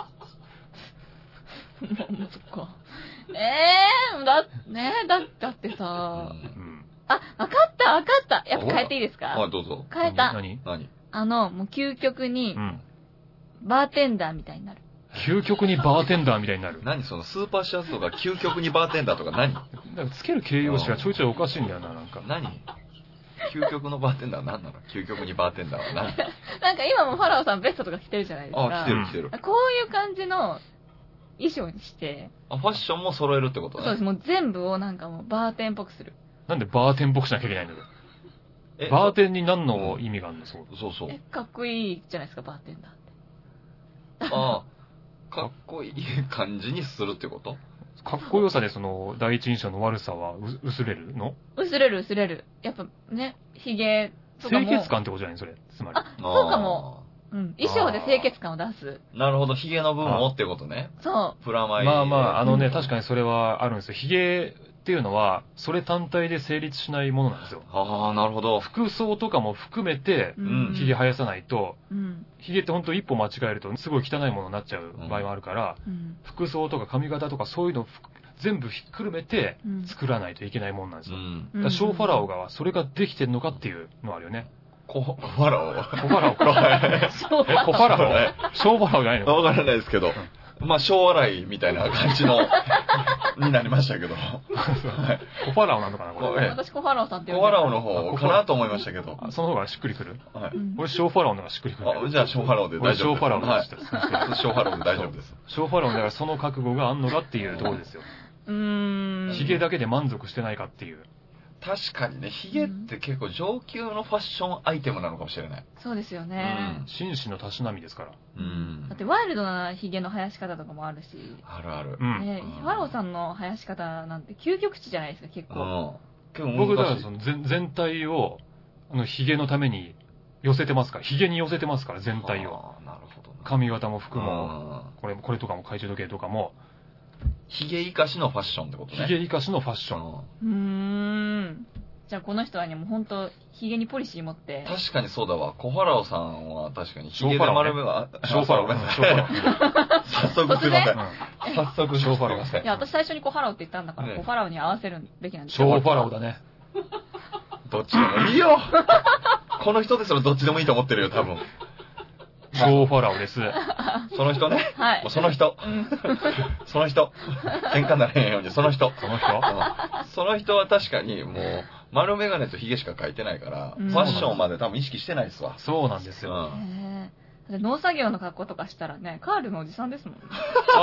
そっか。えー、だ、ねえ、だ、だってさ、 うん。 あ、わかったわかった。やっぱ変えていいですかはい、どうぞ。 変えた。 何何あの、もう究極にう、ん。 バーテンダーみたいになる。 究極にバーテンダーみたいになる。 何そのスーパーシャツとか究極にバーテンダーとか何だからつける形容詞がちょいちょいおかしいんだよな、なんか。 何究極のバーテンダーは何なの究極にバーテンダーは何なんか今もファラオさんベストとか着てるじゃないですか。 あ、来てる来てる。 こういう感じの衣装にして、 あ、ファッションも揃えるってことね。 そうです、もう全部をなんかもうバーテンっぽくする。 なんでバーテンっぽくしなきゃいけないんだよ。 えバーテンに何の意味があるのそう。 そうそう。 え、かっこいいじゃないですか、バーテンダーって。 ああ、かっこいい感じにするってことかっこよさでその第一印象の悪さはう薄れるの？ 薄れる薄れる。やっぱね、髭とかも。 清潔感ってことじゃないそれ。つまり。 あ、そうかも。うん。衣装で清潔感を出す。 なるほど、ヒゲの部分をってことね。 そプラマイ。 まあまあ、あのね、 うん確かにそれはあるんですよ。髭っていうのは、それ単体で成立しないものなんですよ。 ああ、なるほど。 服装とかも含めてう。、 うん髭生やさないと、 うん。 髭ってほんと一歩間違えるとすごい汚いものになっちゃう場合もあるから、 うん。 服装とか髪型とかそういうのをふ全部ひっくるめてうん。 作らないといけないものなんですよ。 うん。 だからショーファラオがそれができてんのかっていうのはあるよね。 ココファラオは。 コファラオか。 そう。 え、コファラオショーファラオじゃないの？ わからないですけど。まあ、小笑いみたいな感じの、になりましたけど。はいコファラオなのかなこれ。 ええ私コファラオさんってコ呼んでるファラオの方かなと思いましたけど。 あその方がしっくりくる？ はい。 うん俺ショーファラオの方がしっくりくる。 あ、じゃあ、ショーファラオで大丈夫です。 俺ショーファラオはい。 でした。 ショーファラオで大丈夫です。 ショーファラオだからその覚悟があんのかっていうところですよ。 うーん。 髭だけで満足してないかっていう。 確かにね、ヒゲって結構上級のファッションアイテムなのかもしれない。 そうですよね。 紳士のたしなみですから。 うんだっ。てワイルドなヒゲの生やし方とかもあるし。 あるある。 うん。 ね、ファラオさんの生やし方なんて究極値じゃないですか、結う構。 ん。結構僕だから難しい。 その全全体を、あの、髭のために寄せてますから、髭に寄せてますから、全体を。 ああ、なるほどな。 髪型も服も、 も。 これ、これとかも懐中時計とかも、 ヒゲ生かしのファッションってことね。 髭生かしのファッション。 うんうーん。じゃあこの人はね、もう本当ヒゲにポリシー持って。 確かにそうだわ。コファラオさんは確かにヒゲでショーファラオね丸めが、 ショーファラオ。 ごめんなさいショーファラオ。 早速すいません。 うん早速ショーファラオすいませんいや、私最初にコファラオって言ったんだから、 ねコファラオに合わせるべきなんですよ。 ショーファラオだね。 どっちでもいいよこの人ですらどっちでもいいと思ってるよ、多分。 ショーファラオです。 その人ね。 はいもう。その人。 うん。 その人。喧嘩にならへんように、その人。 その人うんその人は確かにもう、丸メガネとヒゲしか描いてないから、 うんファッションまで多分意識してないですわ。 そうなんですよ。 うん。 へえ。だって農作業の格好とかしたらね、カールのおじさんですもんね。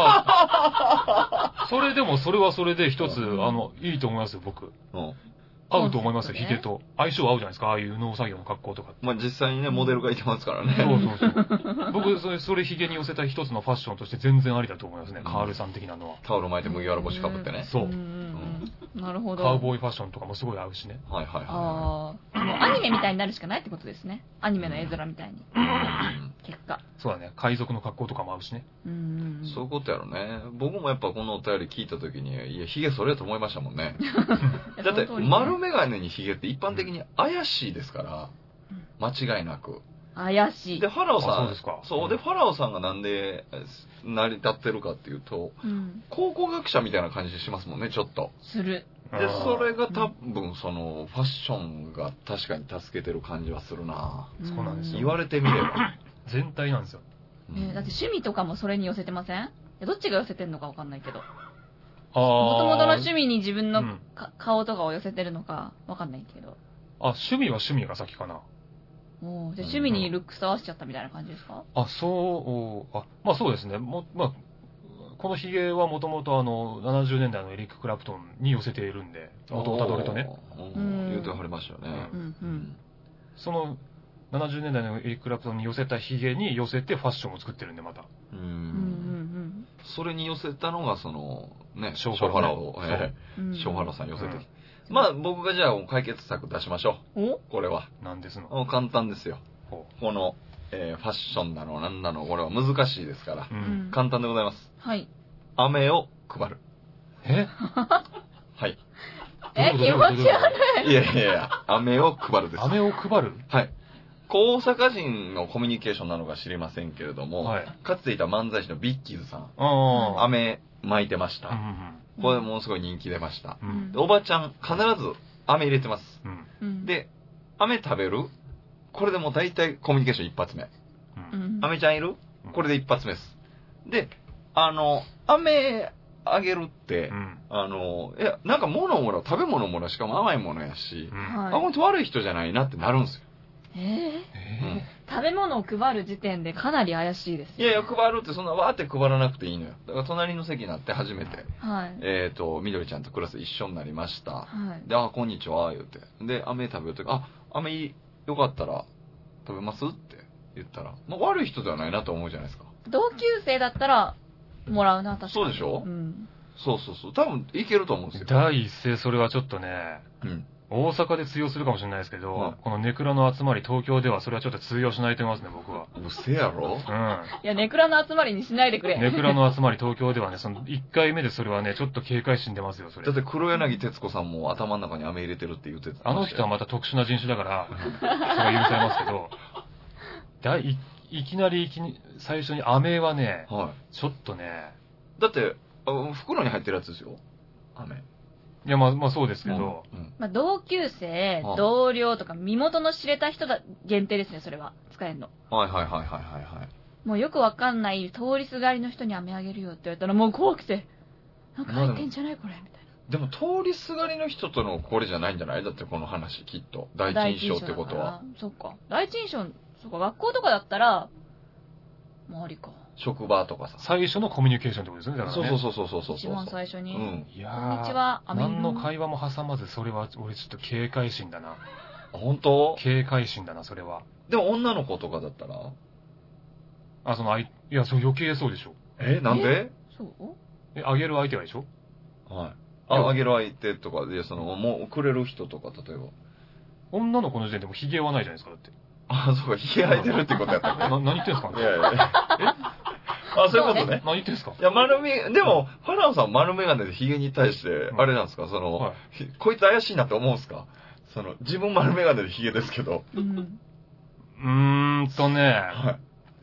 あそれでも、それはそれで一つ、 うんあの、いいと思いますよ、僕。 うん。 合うと思いますよ、 そうですねヒゲと。相性合うじゃないですか、ああいう農作業の格好とか。 まあ実際にね、モデルがいてますからそうね。 そうそう。僕、それ、それヒゲに寄せた一つのファッションとして全然ありだと思いますね、カールさん的なのは。 タオル巻いて麦わら帽子かぶってね。 そうんんうんうん。なるほど。 カウボーイファッションとかもすごい合うしね。 はいはいはああ。もうアニメみたいになるしかないってことですね。アニメの絵面みたいに。 い。うん結果。 そうだね、海賊の格好とかも合うしね。 うんうんうん。 そういうことやろね。僕もやっぱこのお便り聞いたときに、いや、ヒゲそれやと思いましたもんね。だって、丸メガネにヒゲって一般的に怪しいですから、間違いなく。 怪しい。 で、ファラオさん、 あそうですかそう、で、ファラオさんがなんでえ成り立ってるかっていうと、 うん。 考古学者みたいな感じしますもんね、ちょっと。 する。 で、それが多分、その、ファッションが確かに助けてる感じはするなそうなんですよ言われてみれば。 全体なんですよ。 うんえーだって趣味とかもそれに寄せてません？いやどっちが寄せてんのかわかんないけど。 あもともとの趣味。 味に自分のうんか顔とかを寄せてるのかわかんないけど。 あ、趣味は趣味が先かな。 おーじゃあ趣味にルックス合わせちゃったみたいな感じですか？ あ、そう、あ、まあそうですね。も、まあ、このヒゲはもともとあの、ななじゅうねんだいのエリック・クラプトンに寄せているんで、元をたどるとね。 おー。 うん言うてはりましたよね。 うんうん。 その、ななじゅうねんだいのエリック・クラプトンに寄せたヒゲに寄せてファッションを作ってるんで、また。 ううんうんん。それに寄せたのが、その、ね、シショョーファラーファラオオ、 ねえうんうん。 えショーファラオさん寄せてうん。 まあ僕がじゃあ解決策出しましょう。 おこれは。 なんですの。 簡単ですよ。 ほこの、えーファッションなのなんなの、これは難しいですからう。う。 うんん。 簡単でございます。 はい。 飴を配る。 えはい。 え、 どういうこと気持ち悪い。 いやいやいや、飴を配るです。 飴を配るはい。こう大阪人のコミュニケーションなのか知りませんけれども、 はい。 かつていた漫才師のビッキーズさん、 ああ。 飴巻いてました。 うんこれものすごい人気出ました。 うんうん。 でおばちゃん、必ず飴入れてます。 うん。 うん、 で、飴食べるこれでもう大体コミュニケーション一発目。 う。 うんん。 飴ちゃんいるうんこれで一発目です。で、あの、飴あげるってう、ん。 あの、いや、なんか物をもらう、食べ物もらう、しかも甘いものやしう、ん。 あ、 はい。 本当悪い人じゃないなってなるんですよ。 えーえ食べ物を配る時点でかなり怪しいです。 いやいや、配るってそんなわーって配らなくていいのよ。だから隣の席になって初めて、 はい。 えっ、と、みどりちゃんとクラス一緒になりました。 はい。 で、あ、こんにちは、言うて。で、飴食べるとき、あ、飴いいよかったら食べますって言ったら、まあ、悪い人ではないなと思うじゃないですか。 同級生だったら、もらうな、確かに。 そうでしょうん。 そうそうそう。多分いけると思うんですよ。 第一声それはちょっとね、 うん。 大阪で通用するかもしれないですけど、 はいこのネクラの集まり東京ではそれはちょっと通用しないと思いますね、僕は。 うせやろういや、ネクラの集まりにしないでくれ。 ん。ネクラの集まり東京ではね、そのいっかいめでそれはね、ちょっと警戒心出ますよ、それだっ。て黒柳徹子さんも頭の中に飴入れてるって言ってた。 あの人はまた特殊な人種だから、それは許されますけど、だい、いきなりいきに最初に飴はね、 はちょっとね、 い。だって、あ袋に入ってるやつですよ。飴。 いやまあまあそうですけど、 うん。 まあ、同級生は、あ同僚とか、身元の知れた人だ、限定ですね、それは。使えるの。 はいはいはいはいはいはい。 もうよくわかんない通りすがりの人に飴あげるよって言われたらもう怖くて、なんか入ってんじゃないこれみたいでも通りすがりの人とのこれじゃないんじゃないだってこの話きっと。第な。 一印象ってことは。 第一印象だから。そっか。第一印象、そっか、学校とかだったら、まあありか。 職場とかさ。 最初のコミュニケーションってことですよね、だからね。 そうそうそうそうそうそう。 一番最初に。 うん。 いやこんにちー、 は、飴何の会話も挟まず、それは俺ちょっと警戒心だな。 本当警戒心だな、それは。 でも女の子とかだったらあ、その、あい、いや、そう余計そうでしょ。 え、なんでそうえ、あげる相手がでしょはい。あ、あげる相手とかで、その、もうくれる人とか、例えば。 女の子の時点でもヒゲはないじゃないですか、だって。 あ、そうか、ひげ生えてるってことやったっけな、何言ってんすかいやいやいや。あ、そういうことね。 何言ってんすかいや、丸み、でも、ファラオさん丸メガネでヒゲに対して、 んあれなんですか、その、 はいひこいつ怪しいなって思うんですかその、自分丸メガネでヒゲですけど。 うん。 うーんとね、 はい。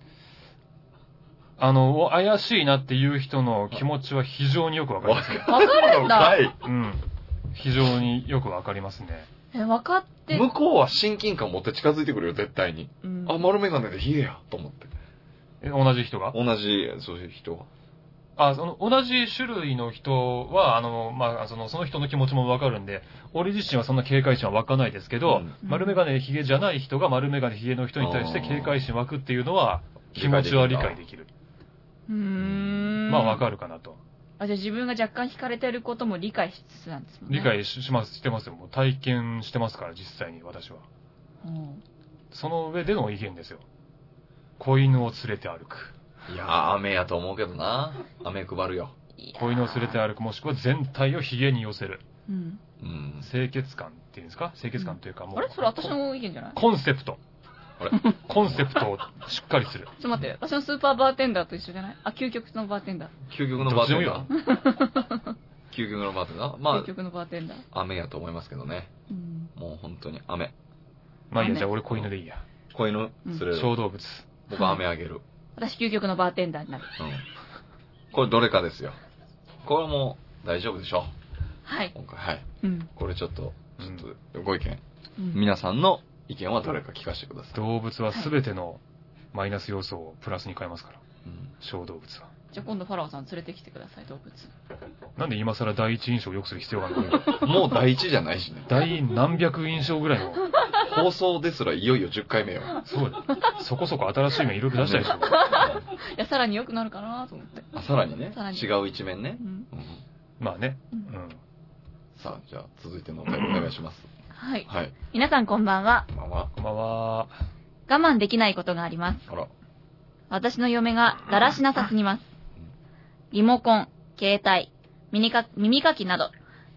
あの、お怪しいなっていう人の気持ちは非常によくわかりますね。 わかるんだかいうん。非常によくわかりますね。 え、分かって、 向こうは親近感持って近づいてくるよ、絶対に。 うん、 あ、丸メガネでヒゲや、と思って。 え、同じ人が同じ、そういう人は。 あ、その、同じ種類の人は、あの、まあ、その、その人の気持ちもわかるんで、俺自身はそんな警戒心は湧かないですけど、 うん丸メガネヒゲじゃない人が丸メガネヒゲの人に対して警戒心湧くっていうのは、気持ちは理解できる。 うーん。 まあ、わかるかなと。 あ、じゃあ自分が若干惹かれてることも理解しつつなんですもんね。 理解しします、してますよ。もう体験してますから、実際に私は。 うん。 その上での意見ですよ。子犬を連れて歩く。 いやー、雨やと思うけどな。雨配るよ。 いやー子犬を連れて歩く、もしくは全体をヒゲに寄せる。 うん。 うん。 清潔感っていうんですか清潔感というかもう。 あれそれ私の意見じゃないちょコンセプト。 あれコンセプトをしっかりする。 っと待って、私のスーパーバーテンダーと一緒じゃないあ、究極のバーテンダー。 究極のバーテンダどっー。究極のバーテンダー。ま究極のバーテンダー。 あ、雨やと思いますけどね。 うん。 もう本当に雨。 まあいいや、 雨じゃあ俺子犬でいいや。 子犬連れる。 小動物。 僕は雨あげる。 私究極のバーテンダーになる。 うん。これどれかですよ。これも大丈夫でしょはい。 今回。はい。 うん。 これちょっと、ちょっとご意見。 うん皆さんの意見はどれか聞かせてください。 動物は全てのマイナス要素をプラスに変えますから。 うん小動物は。 じゃあ今度ファラオさん連れてきてください、動物。 なんで今更第一印象を良くする必要があるのもう第一じゃないしね。 第何百印象ぐらいの。 放送ですらいよいよじゅっかいめよ。 そうだ。そこそこ新しい面いろいろ出したでしょ。 いや、さらに良くなるかなと思って。 あ、さらにねさら。に違う一面ねう。ん。 うんまあね。 ううんん。 さあ、じゃあ続いてのお便りお願いします。 はい。 はい。 皆さんこんばんは。 まあまこんばんは。 我慢できないことがあります。 あ、あら。 私の嫁がだらしなさすぎます。リモコン、携帯、耳か耳かきなど、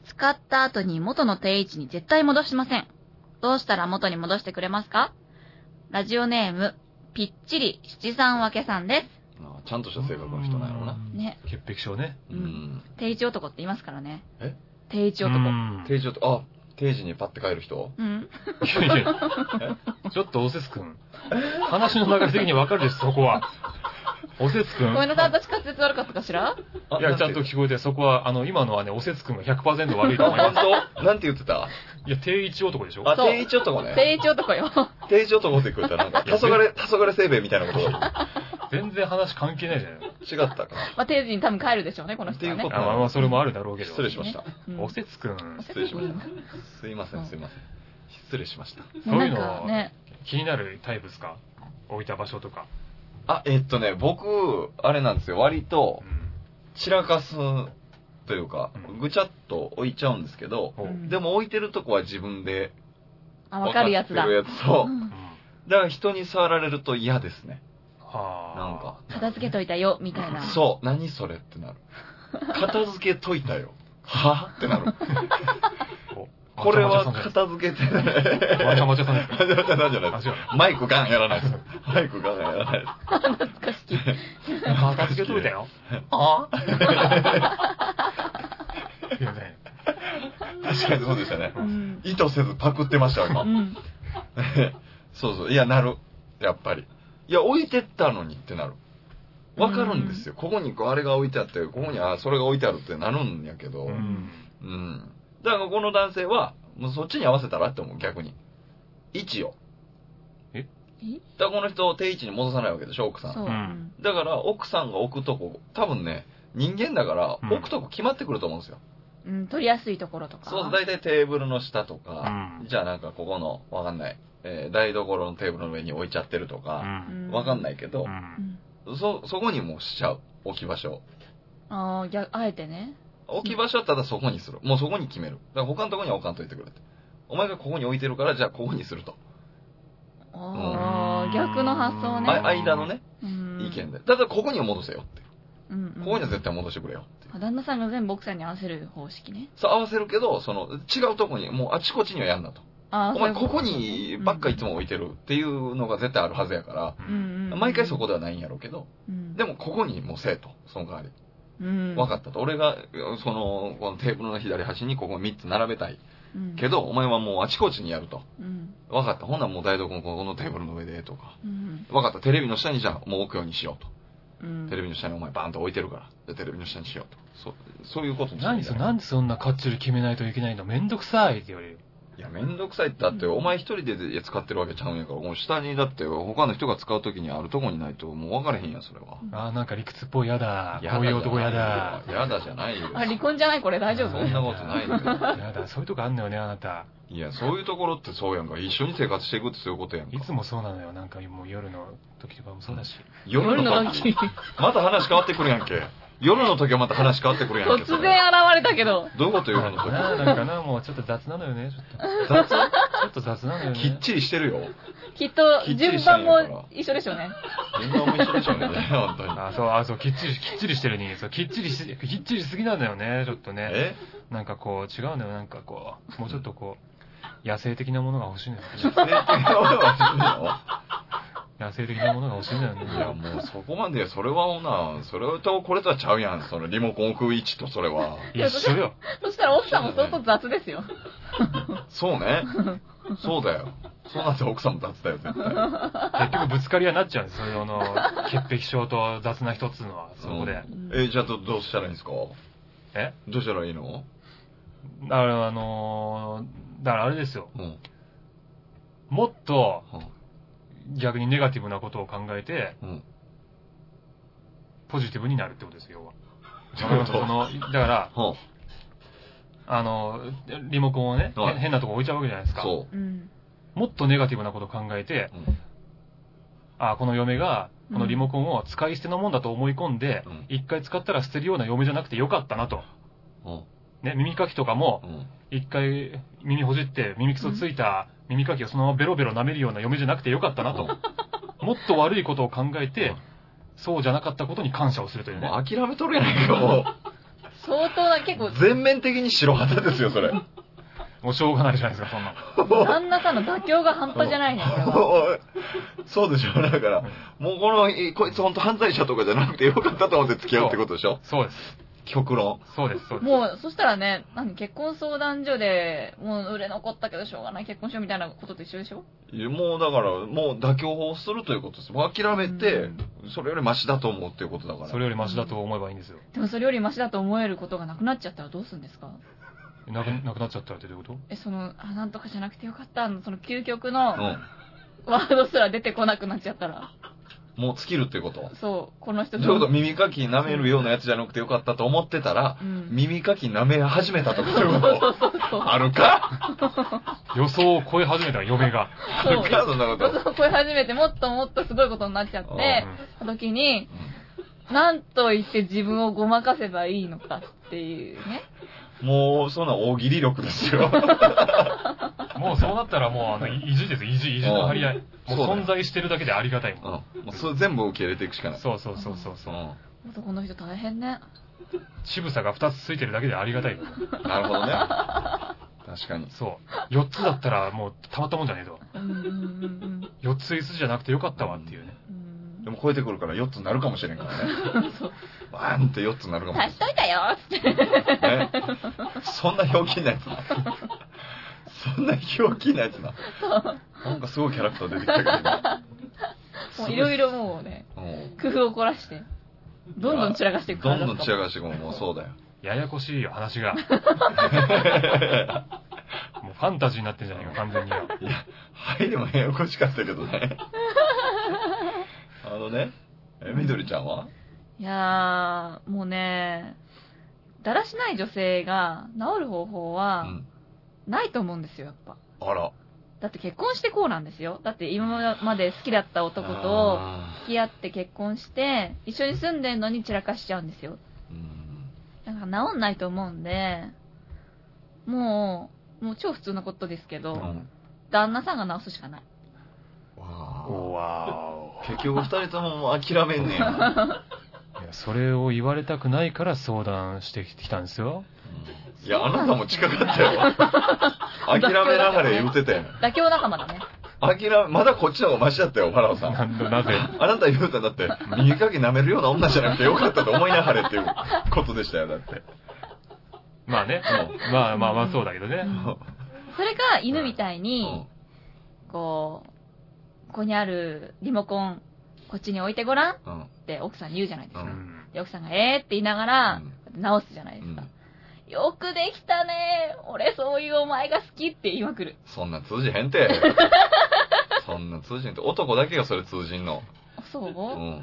使った後に元の定位置に絶対戻しません。どうしたら元に戻してくれますか？ラジオネーム、ぴっちり七三分けさんです。 あちゃんとした性格の人なんやろうな。 ね。 潔癖症ね。 うん。定位置男って言いますからね。 え定位置男。 定位置男、あ、定時にパッて帰る人？ うん。 いやいや、ちょっとおせつくん。話の流れ的にわかるです、そこは。おせつくん。 ごめんなさい、私滑舌悪かったかしら？ いや、ちゃんと聞こえて、そこは、あの、今のはね、おせつくんが ひゃくパーセント 悪いと思います。 本当？なんて言ってた？ いや、定位置男でしょ？ あ、定位置男ね。 定位置男よ。 定位置男って聞こえたら、なんか、黄昏、黄昏せいべいみたいなことが。 全然話関係ないじゃない。 違ったかな。 まあ、定時に多分帰るでしょうね、この人はね。 っていうことあ、まあまあ、それもあるだろうけど。 失礼しました。 おせつくん。 失礼しました。すいません、すいません。失礼しました。 そういうの、ね、気になるタイプですか？置いた場所とか。 あ、えっとね、僕、あれなんですよ。割と、散らかすというか、ぐちゃっと置いちゃうんですけど、うん、でも置いてるとこは自分であ、わかるやつだ。 分かってるやつそう。うん、だから人に触られると嫌ですね。 はあ。 なんか。 片付けといたよ、みたいな。 そう。何それってなる。片付けといたよ。はぁってなる。これは片付けてない。 まちゃまちゃさんですか？ まちゃまちゃさんじゃないです。マイクガンやらないです。マイクガンやらないです。 懐かしい。 片付けといたよ。ああいやね。 確かにそうでしたね。うん、意図せずパクってましたよ、今。うん、そうそう。いや、なる。やっぱり。いや、置いてったのにってなる。わかるんですよ。ここにこうあれが置いてあって、ここにあそれが置いてあるってなるんやけど。うん。うん。だからこの男性は、もうそっちに合わせたらって思う、逆に。位置を。 えだからこの人を定位置に戻さないわけでしょ、奥さん。 そう。 だから奥さんが置くとこ、多分ね、人間だから置くとこ決まってくると思うんですよ。 うん、取りやすいところとか。 そう、だいたいテーブルの下とか、うん、じゃあなんかここの、わかんない、えー、台所のテーブルの上に置いちゃってるとか、うん、わかんないけど、うん、そ、そこにもうしちゃう、置き場所。 ああ、じゃあ、あえてね。 置き場所はただそこにする。もうそこに決める。だから他のところには置かんといてくれって。お前がここに置いてるから、じゃあここにすると。 ああ、うん、逆の発想ね。 間のね、意見で。ただここには戻せよって。うんうん、ここには絶対戻してくれよって。 旦那さんが全部奥さんに合わせる方式ね。 そう、合わせるけど、その、違うとこに、もうあちこちにはやんなと。あお前ここにばっかいつも置いてるっていうのが絶対あるはずやから、うんうんうん、毎回そこではないんやろうけど、うん、でもここにもうせえと、その代わり。うん、分かったと。俺が、その、このテーブルの左端にここみっつ並べたい。うん、けど、お前はもうあちこちにやると。うん、分かった。ほんならもう台所のこのテーブルの上でとか。うん、分かった。テレビの下にじゃあもう置くようにしようと。うん、テレビの下にお前バーンと置いてるから。テレビの下にしようと。そう、そういうことに何そなんでそんなかっちり決めないといけないの？めんどくさいって言われる。 いや、めんどくさいってだって、お前一人で使ってるわけちゃうんやから、もう下にだって他の人が使うときにあるとこにないともう分かれへんやん、それは。 ああ、なんか理屈っぽいやだ。こういう男やだ。 やだじゃないよ。 あ、離婚じゃないこれ大丈夫？ そんなことないよ。 やだ、そういうとこあんのよね、あなた。 いや、そういうところってそうやんか。一緒に生活していくってそういうことやんか。 いつもそうなのよ。なんかもう夜の時とかもそうだし。 夜の時また話変わってくるやんけ。夜の時はまた話変わってくるやんけ。 突然現れたけど。 どういうこと夜の時？ なんかな、もうちょっと雑なのよね、ちょっと。 雑？ ちょっと雑なのよね。 きっちりしてるよ。 きっと、順番も一緒でしょうね。 順番も一緒でしょうね、本当に。 あ、そう、あ、そう、きっちり、きっちりしてるに、そう、きっちりし、きっちりしすぎなんだよね、ちょっとね。 え？ なんかこう、違うのよ、なんかこう、もうちょっとこう、野生的なものが欲しいのよ。 野生的なものが欲しいの？ 野生的なものが欲しいんだよね。 いや、もうそこまで、それはな、それとこれとはちゃうやん。そのリモコン置く位置とそれは。 一緒よ。 そしたら奥さんも相当雑ですよ。 そうね。そうだよ。そうなんですよ、奥さんも雑だよ、絶対。 結局ぶつかり合いになっちゃうんですよ、その、潔癖症と雑な人っつうのは、そこで。 うん、え、じゃあどうしたらいいんですか？ え？ どうしたらいいの？ だから、あのー、だからあれですよ。うん、もっと、うん逆にネガティブなことを考えて、うん、ポジティブになるってことですよ、要は。その、だから、うん、あの、リモコンをね、はい、変なとこ置いちゃうわけじゃないですか。 そう。 もっとネガティブなことを考えて、うん、あ、この嫁が、このリモコンを使い捨てのもんだと思い込んで、一、うん、回使ったら捨てるような嫁じゃなくてよかったなと。うん、ね、耳かきとかも、一、うん、回耳ほじって耳くそついた、うん耳かきをそのままベロベロ舐めるような嫁じゃなくてよかったなと。もっと悪いことを考えて、そうじゃなかったことに感謝をするというね。 もう諦めとるやんけ、もう。 相当な、結構。 全面的に白旗ですよ、それ。 もうしょうがないじゃないですか、そんな。 旦那さんの妥協が半端じゃないね、これは。 そうでしょ、だから、もうこの、こいつ本当犯罪者とかじゃなくてよかったと思って付き合うってことでしょ。 そうです。 極論。 そうです、そうです。 もう、そしたらね、何、結婚相談所で、もう売れ残ったけどしょうがない結婚しようみたいなことと一緒でしょ。 いや、もうだから、もう妥協をするということです。もう諦めて、それよりマシだと思うっていうことだから。 それよりマシだと思えばいいんですよ。 でもそれよりマシだと思えることがなくなっちゃったらどうするんですか？ なく、なくなっちゃったらってどういうこと？ え、その、あ、なんとかじゃなくてよかった、その究極の、 うん。 ワードすら出てこなくなっちゃったら。 もう尽きるっていうこと？ そう、この人ということ、耳かき舐めるようなやつじゃなくてよかったと思ってたら、うん、耳かき舐め始めたとかそういうことあるか予想を超え始めた嫁が。 そう。予想を超え始めて、もっともっとすごいことになっちゃって、うん、時に、うん、なんと言って自分をごまかせばいいのかっていうね。 もう、そんな大喜利力ですよ。 もうそうなったらもう、あの、意地です、意地、意地の張り合い。もう存在してるだけでありがたいもん。 うん。もうそれ全部受け入れていくしかない。 そうそうそうそうそう。 うん、男の人大変ね。 渋さがふたつついてるだけでありがたいもん。 なるほどね。確かに。 そう。よっつだったらもうたまったもんじゃねえと。 うんうんうん、 よっついつじゃなくてよかったわっていうね。 うん、でも超えてくるからよっつになるかもしれんからね。そう。バーンってよっつになるかもしれん。 足しといたよーって。 ね。そんなひょうきんなやつな。そんなひょうきんなやつな。なんかすごいキャラクター出てきたけど、ね。 もういろいろもうね、工夫を凝らして、どんどん散らかしていくから。どんどん散らかしていくもん、もうそうだよ。 ややこしいよ、話が。もうファンタジーになってんじゃないか、完全には。 いや、入りもややこしかったけどね。あのね、え、みどりちゃんはいやー、もうね、だらしない女性が治る方法は、ないと思うんですよ、やっぱ。 あら。 だって結婚してこうなんですよ。だって今まで好きだった男と付き合って結婚して、一緒に住んでんのに散らかしちゃうんですよ。だから治んないと思うんで、もう、もう超普通のことですけど、うん、旦那さんが治すしかない。 わーわー結局二人とももう諦めんねん。いや、 それを言われたくないから相談してきたんですよ。 いや、あなたも近かったよ。諦めながら言ってたよ。 妥協仲間だね。 諦め、まだこっちの方がマシだったよ、ファラオさん。 な、なぜあなた言うたんだって、右かき舐めるような女じゃなくてよかったと思いなはれっていうことでしたよ、だって。 まあね。まあまあまあそうだけどね。 それか、犬みたいに、こう、ここにあるリモコン、こっちに置いてごらんって奥さんに言うじゃないですか。で、奥さんがえーって言いながら、直すじゃないですか。よくできたね。俺そういうお前が好きって言いまくる。 そんな通じへんて。そんな通じへんて。男だけがそれ通じんの。 そう？うん。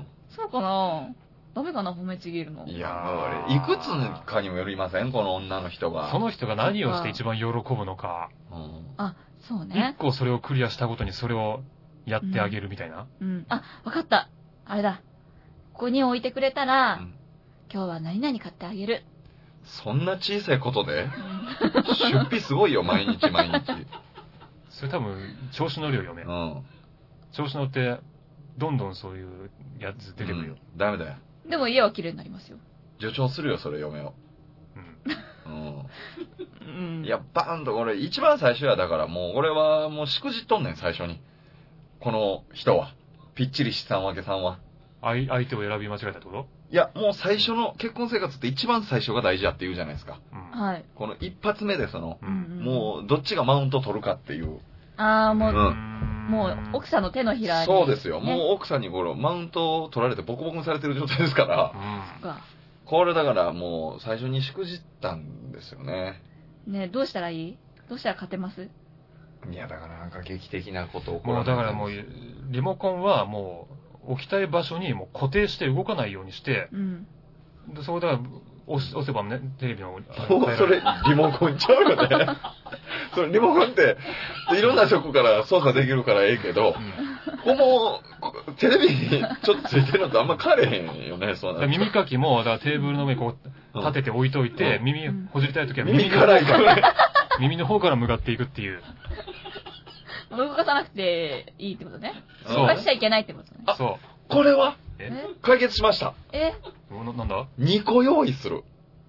そうかな。ダメかな、褒めちぎるの。 いや、いくつかにもよりませんこの女の人が。 その人が何をして一番喜ぶのか。 うん、あ、そうね。 一個それをクリアしたごとにそれをやってあげるみたいな。 うん。うん、あ、わかった。あれだ。ここに置いてくれたら、うん、今日は何々買ってあげる。 そんな小さいことで出費すごいよ、毎日毎日。 それ多分、調子乗るよ、嫁。うん。調子乗って、どんどんそういうやつ出てくるよ。 うん、ダメだよ。 でも家は綺麗になりますよ。 助長するよ、それ、嫁を。うん。うん。いや、バーンと、俺、一番最初は、だからもう、俺はもうしくじっとんねん、最初に。この人は。ぴっちり資産分けさんは。 相、相手を選び間違えたってこと？ いや、もう最初の結婚生活って一番最初が大事だって言うじゃないですか。 うん、はい。 この一発目でその、うん、もうどっちがマウント取るかっていう。 ああ、もう、うん、もう奥さんの手のひらに、 ね。そうですよ。もう奥さんにこのマウントを取られてボコボコにされてる状態ですから。うん、これだからもう最初にしくじったんですよね。 ねえ、どうしたらいい？どうしたら勝てます？ いや、だからなんか劇的なことを起こらない。もうだからもう、リモコンはもう、置きたい場所にもう固定して動かないようにして、うん、そうだから押せばね、テレビの。もうそれ、リモコンちゃうよね。それ、リモコンって、いろんなとこから操作できるからええけど、うん、この、テレビにちょっとついてるのとあんま変われへんよね、そうなん耳かきも、だからテーブルの上にこう、立てて置いといて、うん、耳ほじりたいときは耳からいから耳の方から向かっていくっていう。 動かさなくていいってことね。動かしちゃいけないってことね。 そう。これはえ解決しました。 えな、なんだ ? に 個用意する。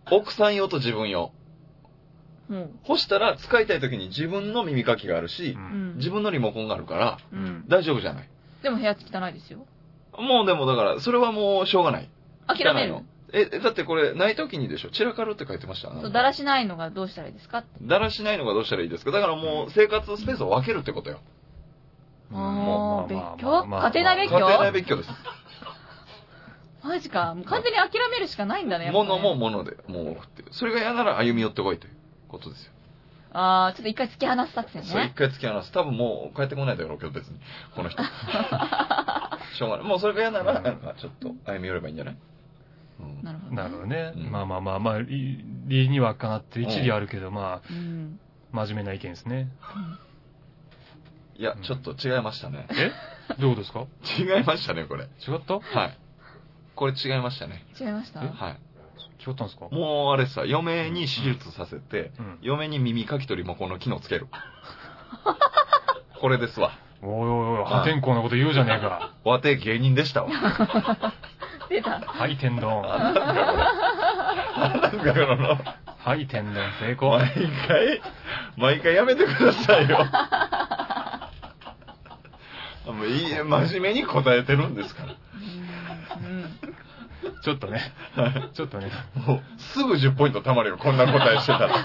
奥さん用と自分用。 うん。 干したら使いたい時に自分の耳かきがあるしう、 うんん。 自分のリモコンがあるから、 うん。 大丈夫じゃない。 でも部屋汚いですよ。 もうでもだから、それはもうしょうがない。 諦める汚いの。え、だってこれ、ない時にでしょ。散らかるって書いてました。 そう、だらしないのがどうしたらいいですかって。 だらしないのがどうしたらいいですか。だからもう生活スペースを分けるってことよ。 ああ、別居まあまあまあ家庭内別居家庭内別居です。 マジか。もう完全に諦めるしかないんだね。やっぱね物も物で、もうっていう。それが嫌なら歩み寄ってこいということですよ。 ああ、ちょっと一回突き放す作戦ね。 そう、一回突き放す。多分もう帰ってこないだろうけど、別に。この人。しょうがない。もうそれが嫌なら、なんかちょっと歩み寄ればいいんじゃない？うん、 なるほど、ね。 なるほどね。 うんまあまあまあまあ、理理にはかなって一理あるけど、まあ、 うん。 真面目な意見ですね。 いや、ちょっと違いましたね。 えどういうことですか？ 違いましたね、これ。 違ったはい。これ違いましたね。 違いましたえはい。 違ったんですか？ もうあれさ、嫁に手術させて、 うん。 嫁に耳かき取りもこの機能つける。これですわ。 おいおいおい、破天荒なこと言うじゃねえか。 わて芸人でしたわ。 出た。 はい、天丼。 なんだこれ。なんだこの。 はい、天丼成功。 毎回、毎回やめてくださいよ。もういい、真面目に答えてるんですから。 うん。 ちょっとね。ちょっとね。 もう、すぐじゅっポイント貯まるよ、こんな答えしてたら。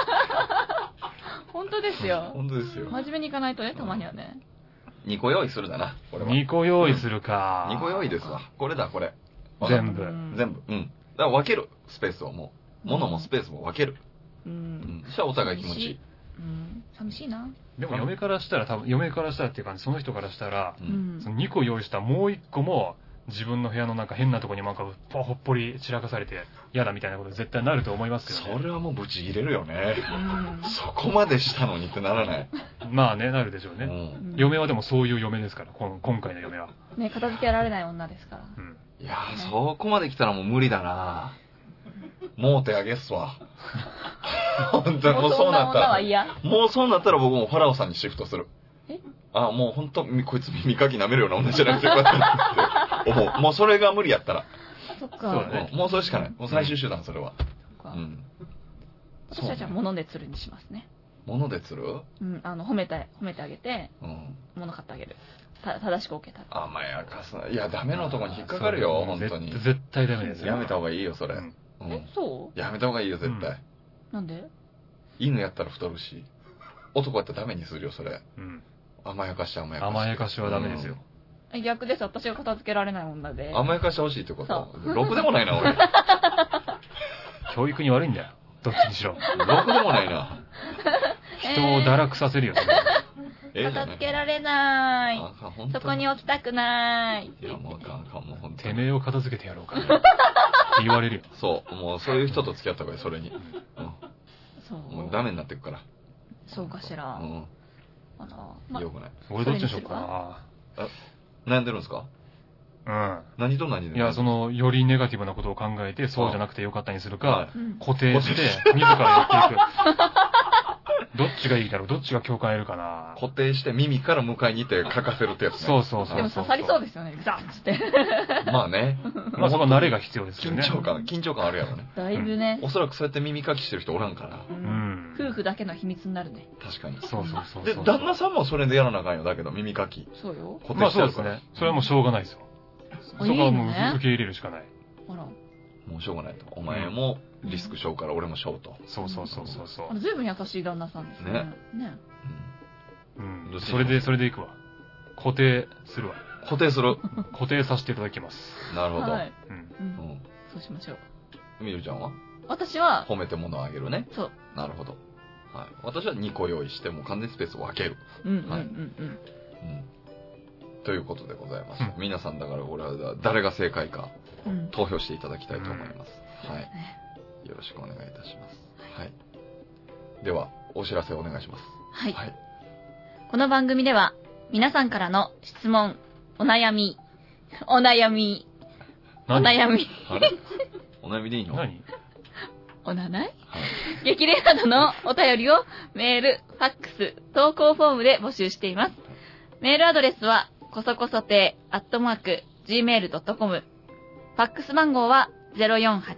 本当ですよ。 本当ですよ。 真面目にいかないとね、たまにはね。 にこ用意するだな、これは。 にこ用意するか。 にこ用意ですわ。これだ、これ。 全部。 うん全部。うん。だから分ける、スペースをもう。物もスペースも分ける。 う。 うんん。そしたらお互い気持ちいい。 うん。寂しいな。 でも嫁からしたら、多分、嫁からしたらっていうか、その人からしたら、 う。 うんんそ。のにこ用意したもういっこも、自分の部屋のなんか変なとこになんかほっぽり散らかされて嫌だみたいなこと絶対なると思いますけどね。 それはもうブチ切れるよね。 うん。 そこまでしたのにってならない。 まあね、なるでしょうね。 うん。 うん嫁はでもそういう嫁ですから、この今回の嫁は。 ね、片付けられない女ですから。 うん。 いやー、そこまで来たらもう無理だなもう手あげっすわ。本当にもうそうなったら、 女は嫌。 もうそうなったら僕もファラオさんにシフトする。 えあ、もう本当こいつ耳かき舐めるような女じゃなくてよかったなって思う。もうそれが無理やったら。 そっか。 そうだねうんもうそれしかない。もう最終手段それは。 そっかうん。 私はじゃあ物で釣るにしますね。 物で釣るうん。あの、褒めて、褒めてあげて、 うん。 物買ってあげる。た、正しく OK た。 甘やかすな。いや、ダメなとこに引っかかるよ、本当に絶。絶対ダメですよ。 やめた方がいいよ、それ。 ううんん。 え、そうやめた方がいいよ、絶うん対。 なんで犬やったら太るし。男やったらダメにするよ、それ。 うん。 甘やかして甘やかして。 甘やかしはダメですよ。 え逆です。私が片付けられない女で。 甘やかしてほしいってことそろくでもないな、俺。 教育に悪いんだよ。どっちにしろ。 ろくでもないな。 人を堕落させるよ。それええじゃない片付けられない。 あかん本当そこに置きたくない。 いや、もうあかんあかん、もう本当に。 てめえを片付けてやろうか。って言われるよ。 そう、もうそういう人と付き合った方がいい、それに。 そう。 うん。もうダメになってくから。 そうかしら。 うん。 あら、まよくない。 俺どっちにしようか悩んでるんですかな。 何と何でうん。いや、そ、の、よりネガティブなことを考えて、そうじゃなくてよかったにするはか、 うん固定して、自らやっていく。どっちがいいだろうどっちが共感得るかな。 固定して耳から迎えに行って書かせるってやつね。 そうそうそうでも刺さりそうですよね。ザッつって。 まあね。 まあそこは慣れが必要ですよね。 緊張感、緊張感あるやろね。 だいぶね。 おそらくそうやって耳かきしてる人おらんから。 ううんん。 夫婦だけの秘密になるね。 確かに。 そうそうそうで、 そう。 旦那さんもそれでやらなあかんよ。だけど、耳かき。 そうよ。 固まあ定してるから。 そうですね。それはもうしょうがないですよ。そこはもう受け入れるしかない。 あら。 もうしょうがないと。お前もリスクしょうから俺もしょうと。 そうそうそうそうそあのずいぶん優しい旦那さんですね。 ねね。 う。うんどう。しようそれで、それでいくわ。固定するわ。 固定する。 固定させていただきます。 なるほど。 はい。 うん。 う。 うんん。 そうしましょう。 みるちゃんは私は、 褒めて物をあげるね。 そう。 なるほど。はい。私はにこ用意して、もう完全にスペースを分ける。 うんうんうんうん。 うん。ということでございます。 うん皆さんだから俺は誰が正解かうん。 投票していただきたいと思います。はい。 ねよろしくお願いいたします。はい。では、お知らせお願いします。 はい。 はい。 この番組では、皆さんからの質問、お悩み、お悩み、お何悩み、 あれお悩みでいいのはい。 何おなない激励などのお便りをメール、ファックス、投稿フォームで募集しています。メールアドレスは、こそこそてアットマーク、ジーメールドットコム。ファックス番号は ゼロよんはち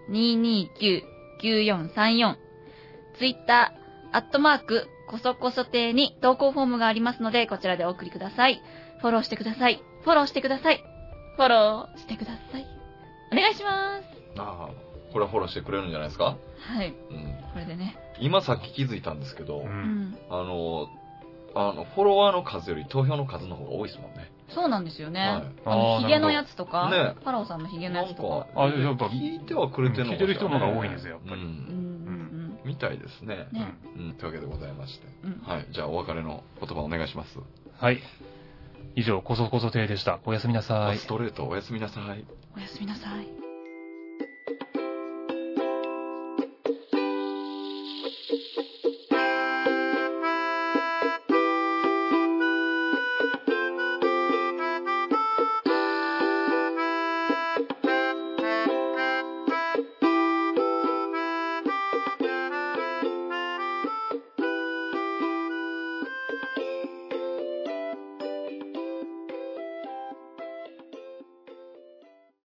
にーにーきゅう きゅうよんさんよん。ツイッター、アットマーク、こそこそ亭に投稿フォームがありますので、こちらでお送りください。フォローしてください。フォローしてください。フォローしてください。お願いします。 ああ、これはフォローしてくれるんじゃないですか？ はい。 うん。 これでね。 今さっき気づいたんですけど、 う。 うんん。 あの、あの、フォロワーの数より投票の数の方が多いですもんね。 そうなんですよね。 はいああの、 ーヒゲのやつとか、 ねパラオさんのヒゲのなんやつとか。 か、 あやっぱ聞いてはくれてるのかしらね聞いてる人の方が多いんですよやっぱりう。 うんんみたいですね。 うんうん。ね。 うん、というわけでございまして。 うん。 はい。じゃあ、お別れの言葉お願いします。 はい。以上、こそこそ亭でした。おやすみなさい。 ストレート、おやすみなさい。 おやすみなさい。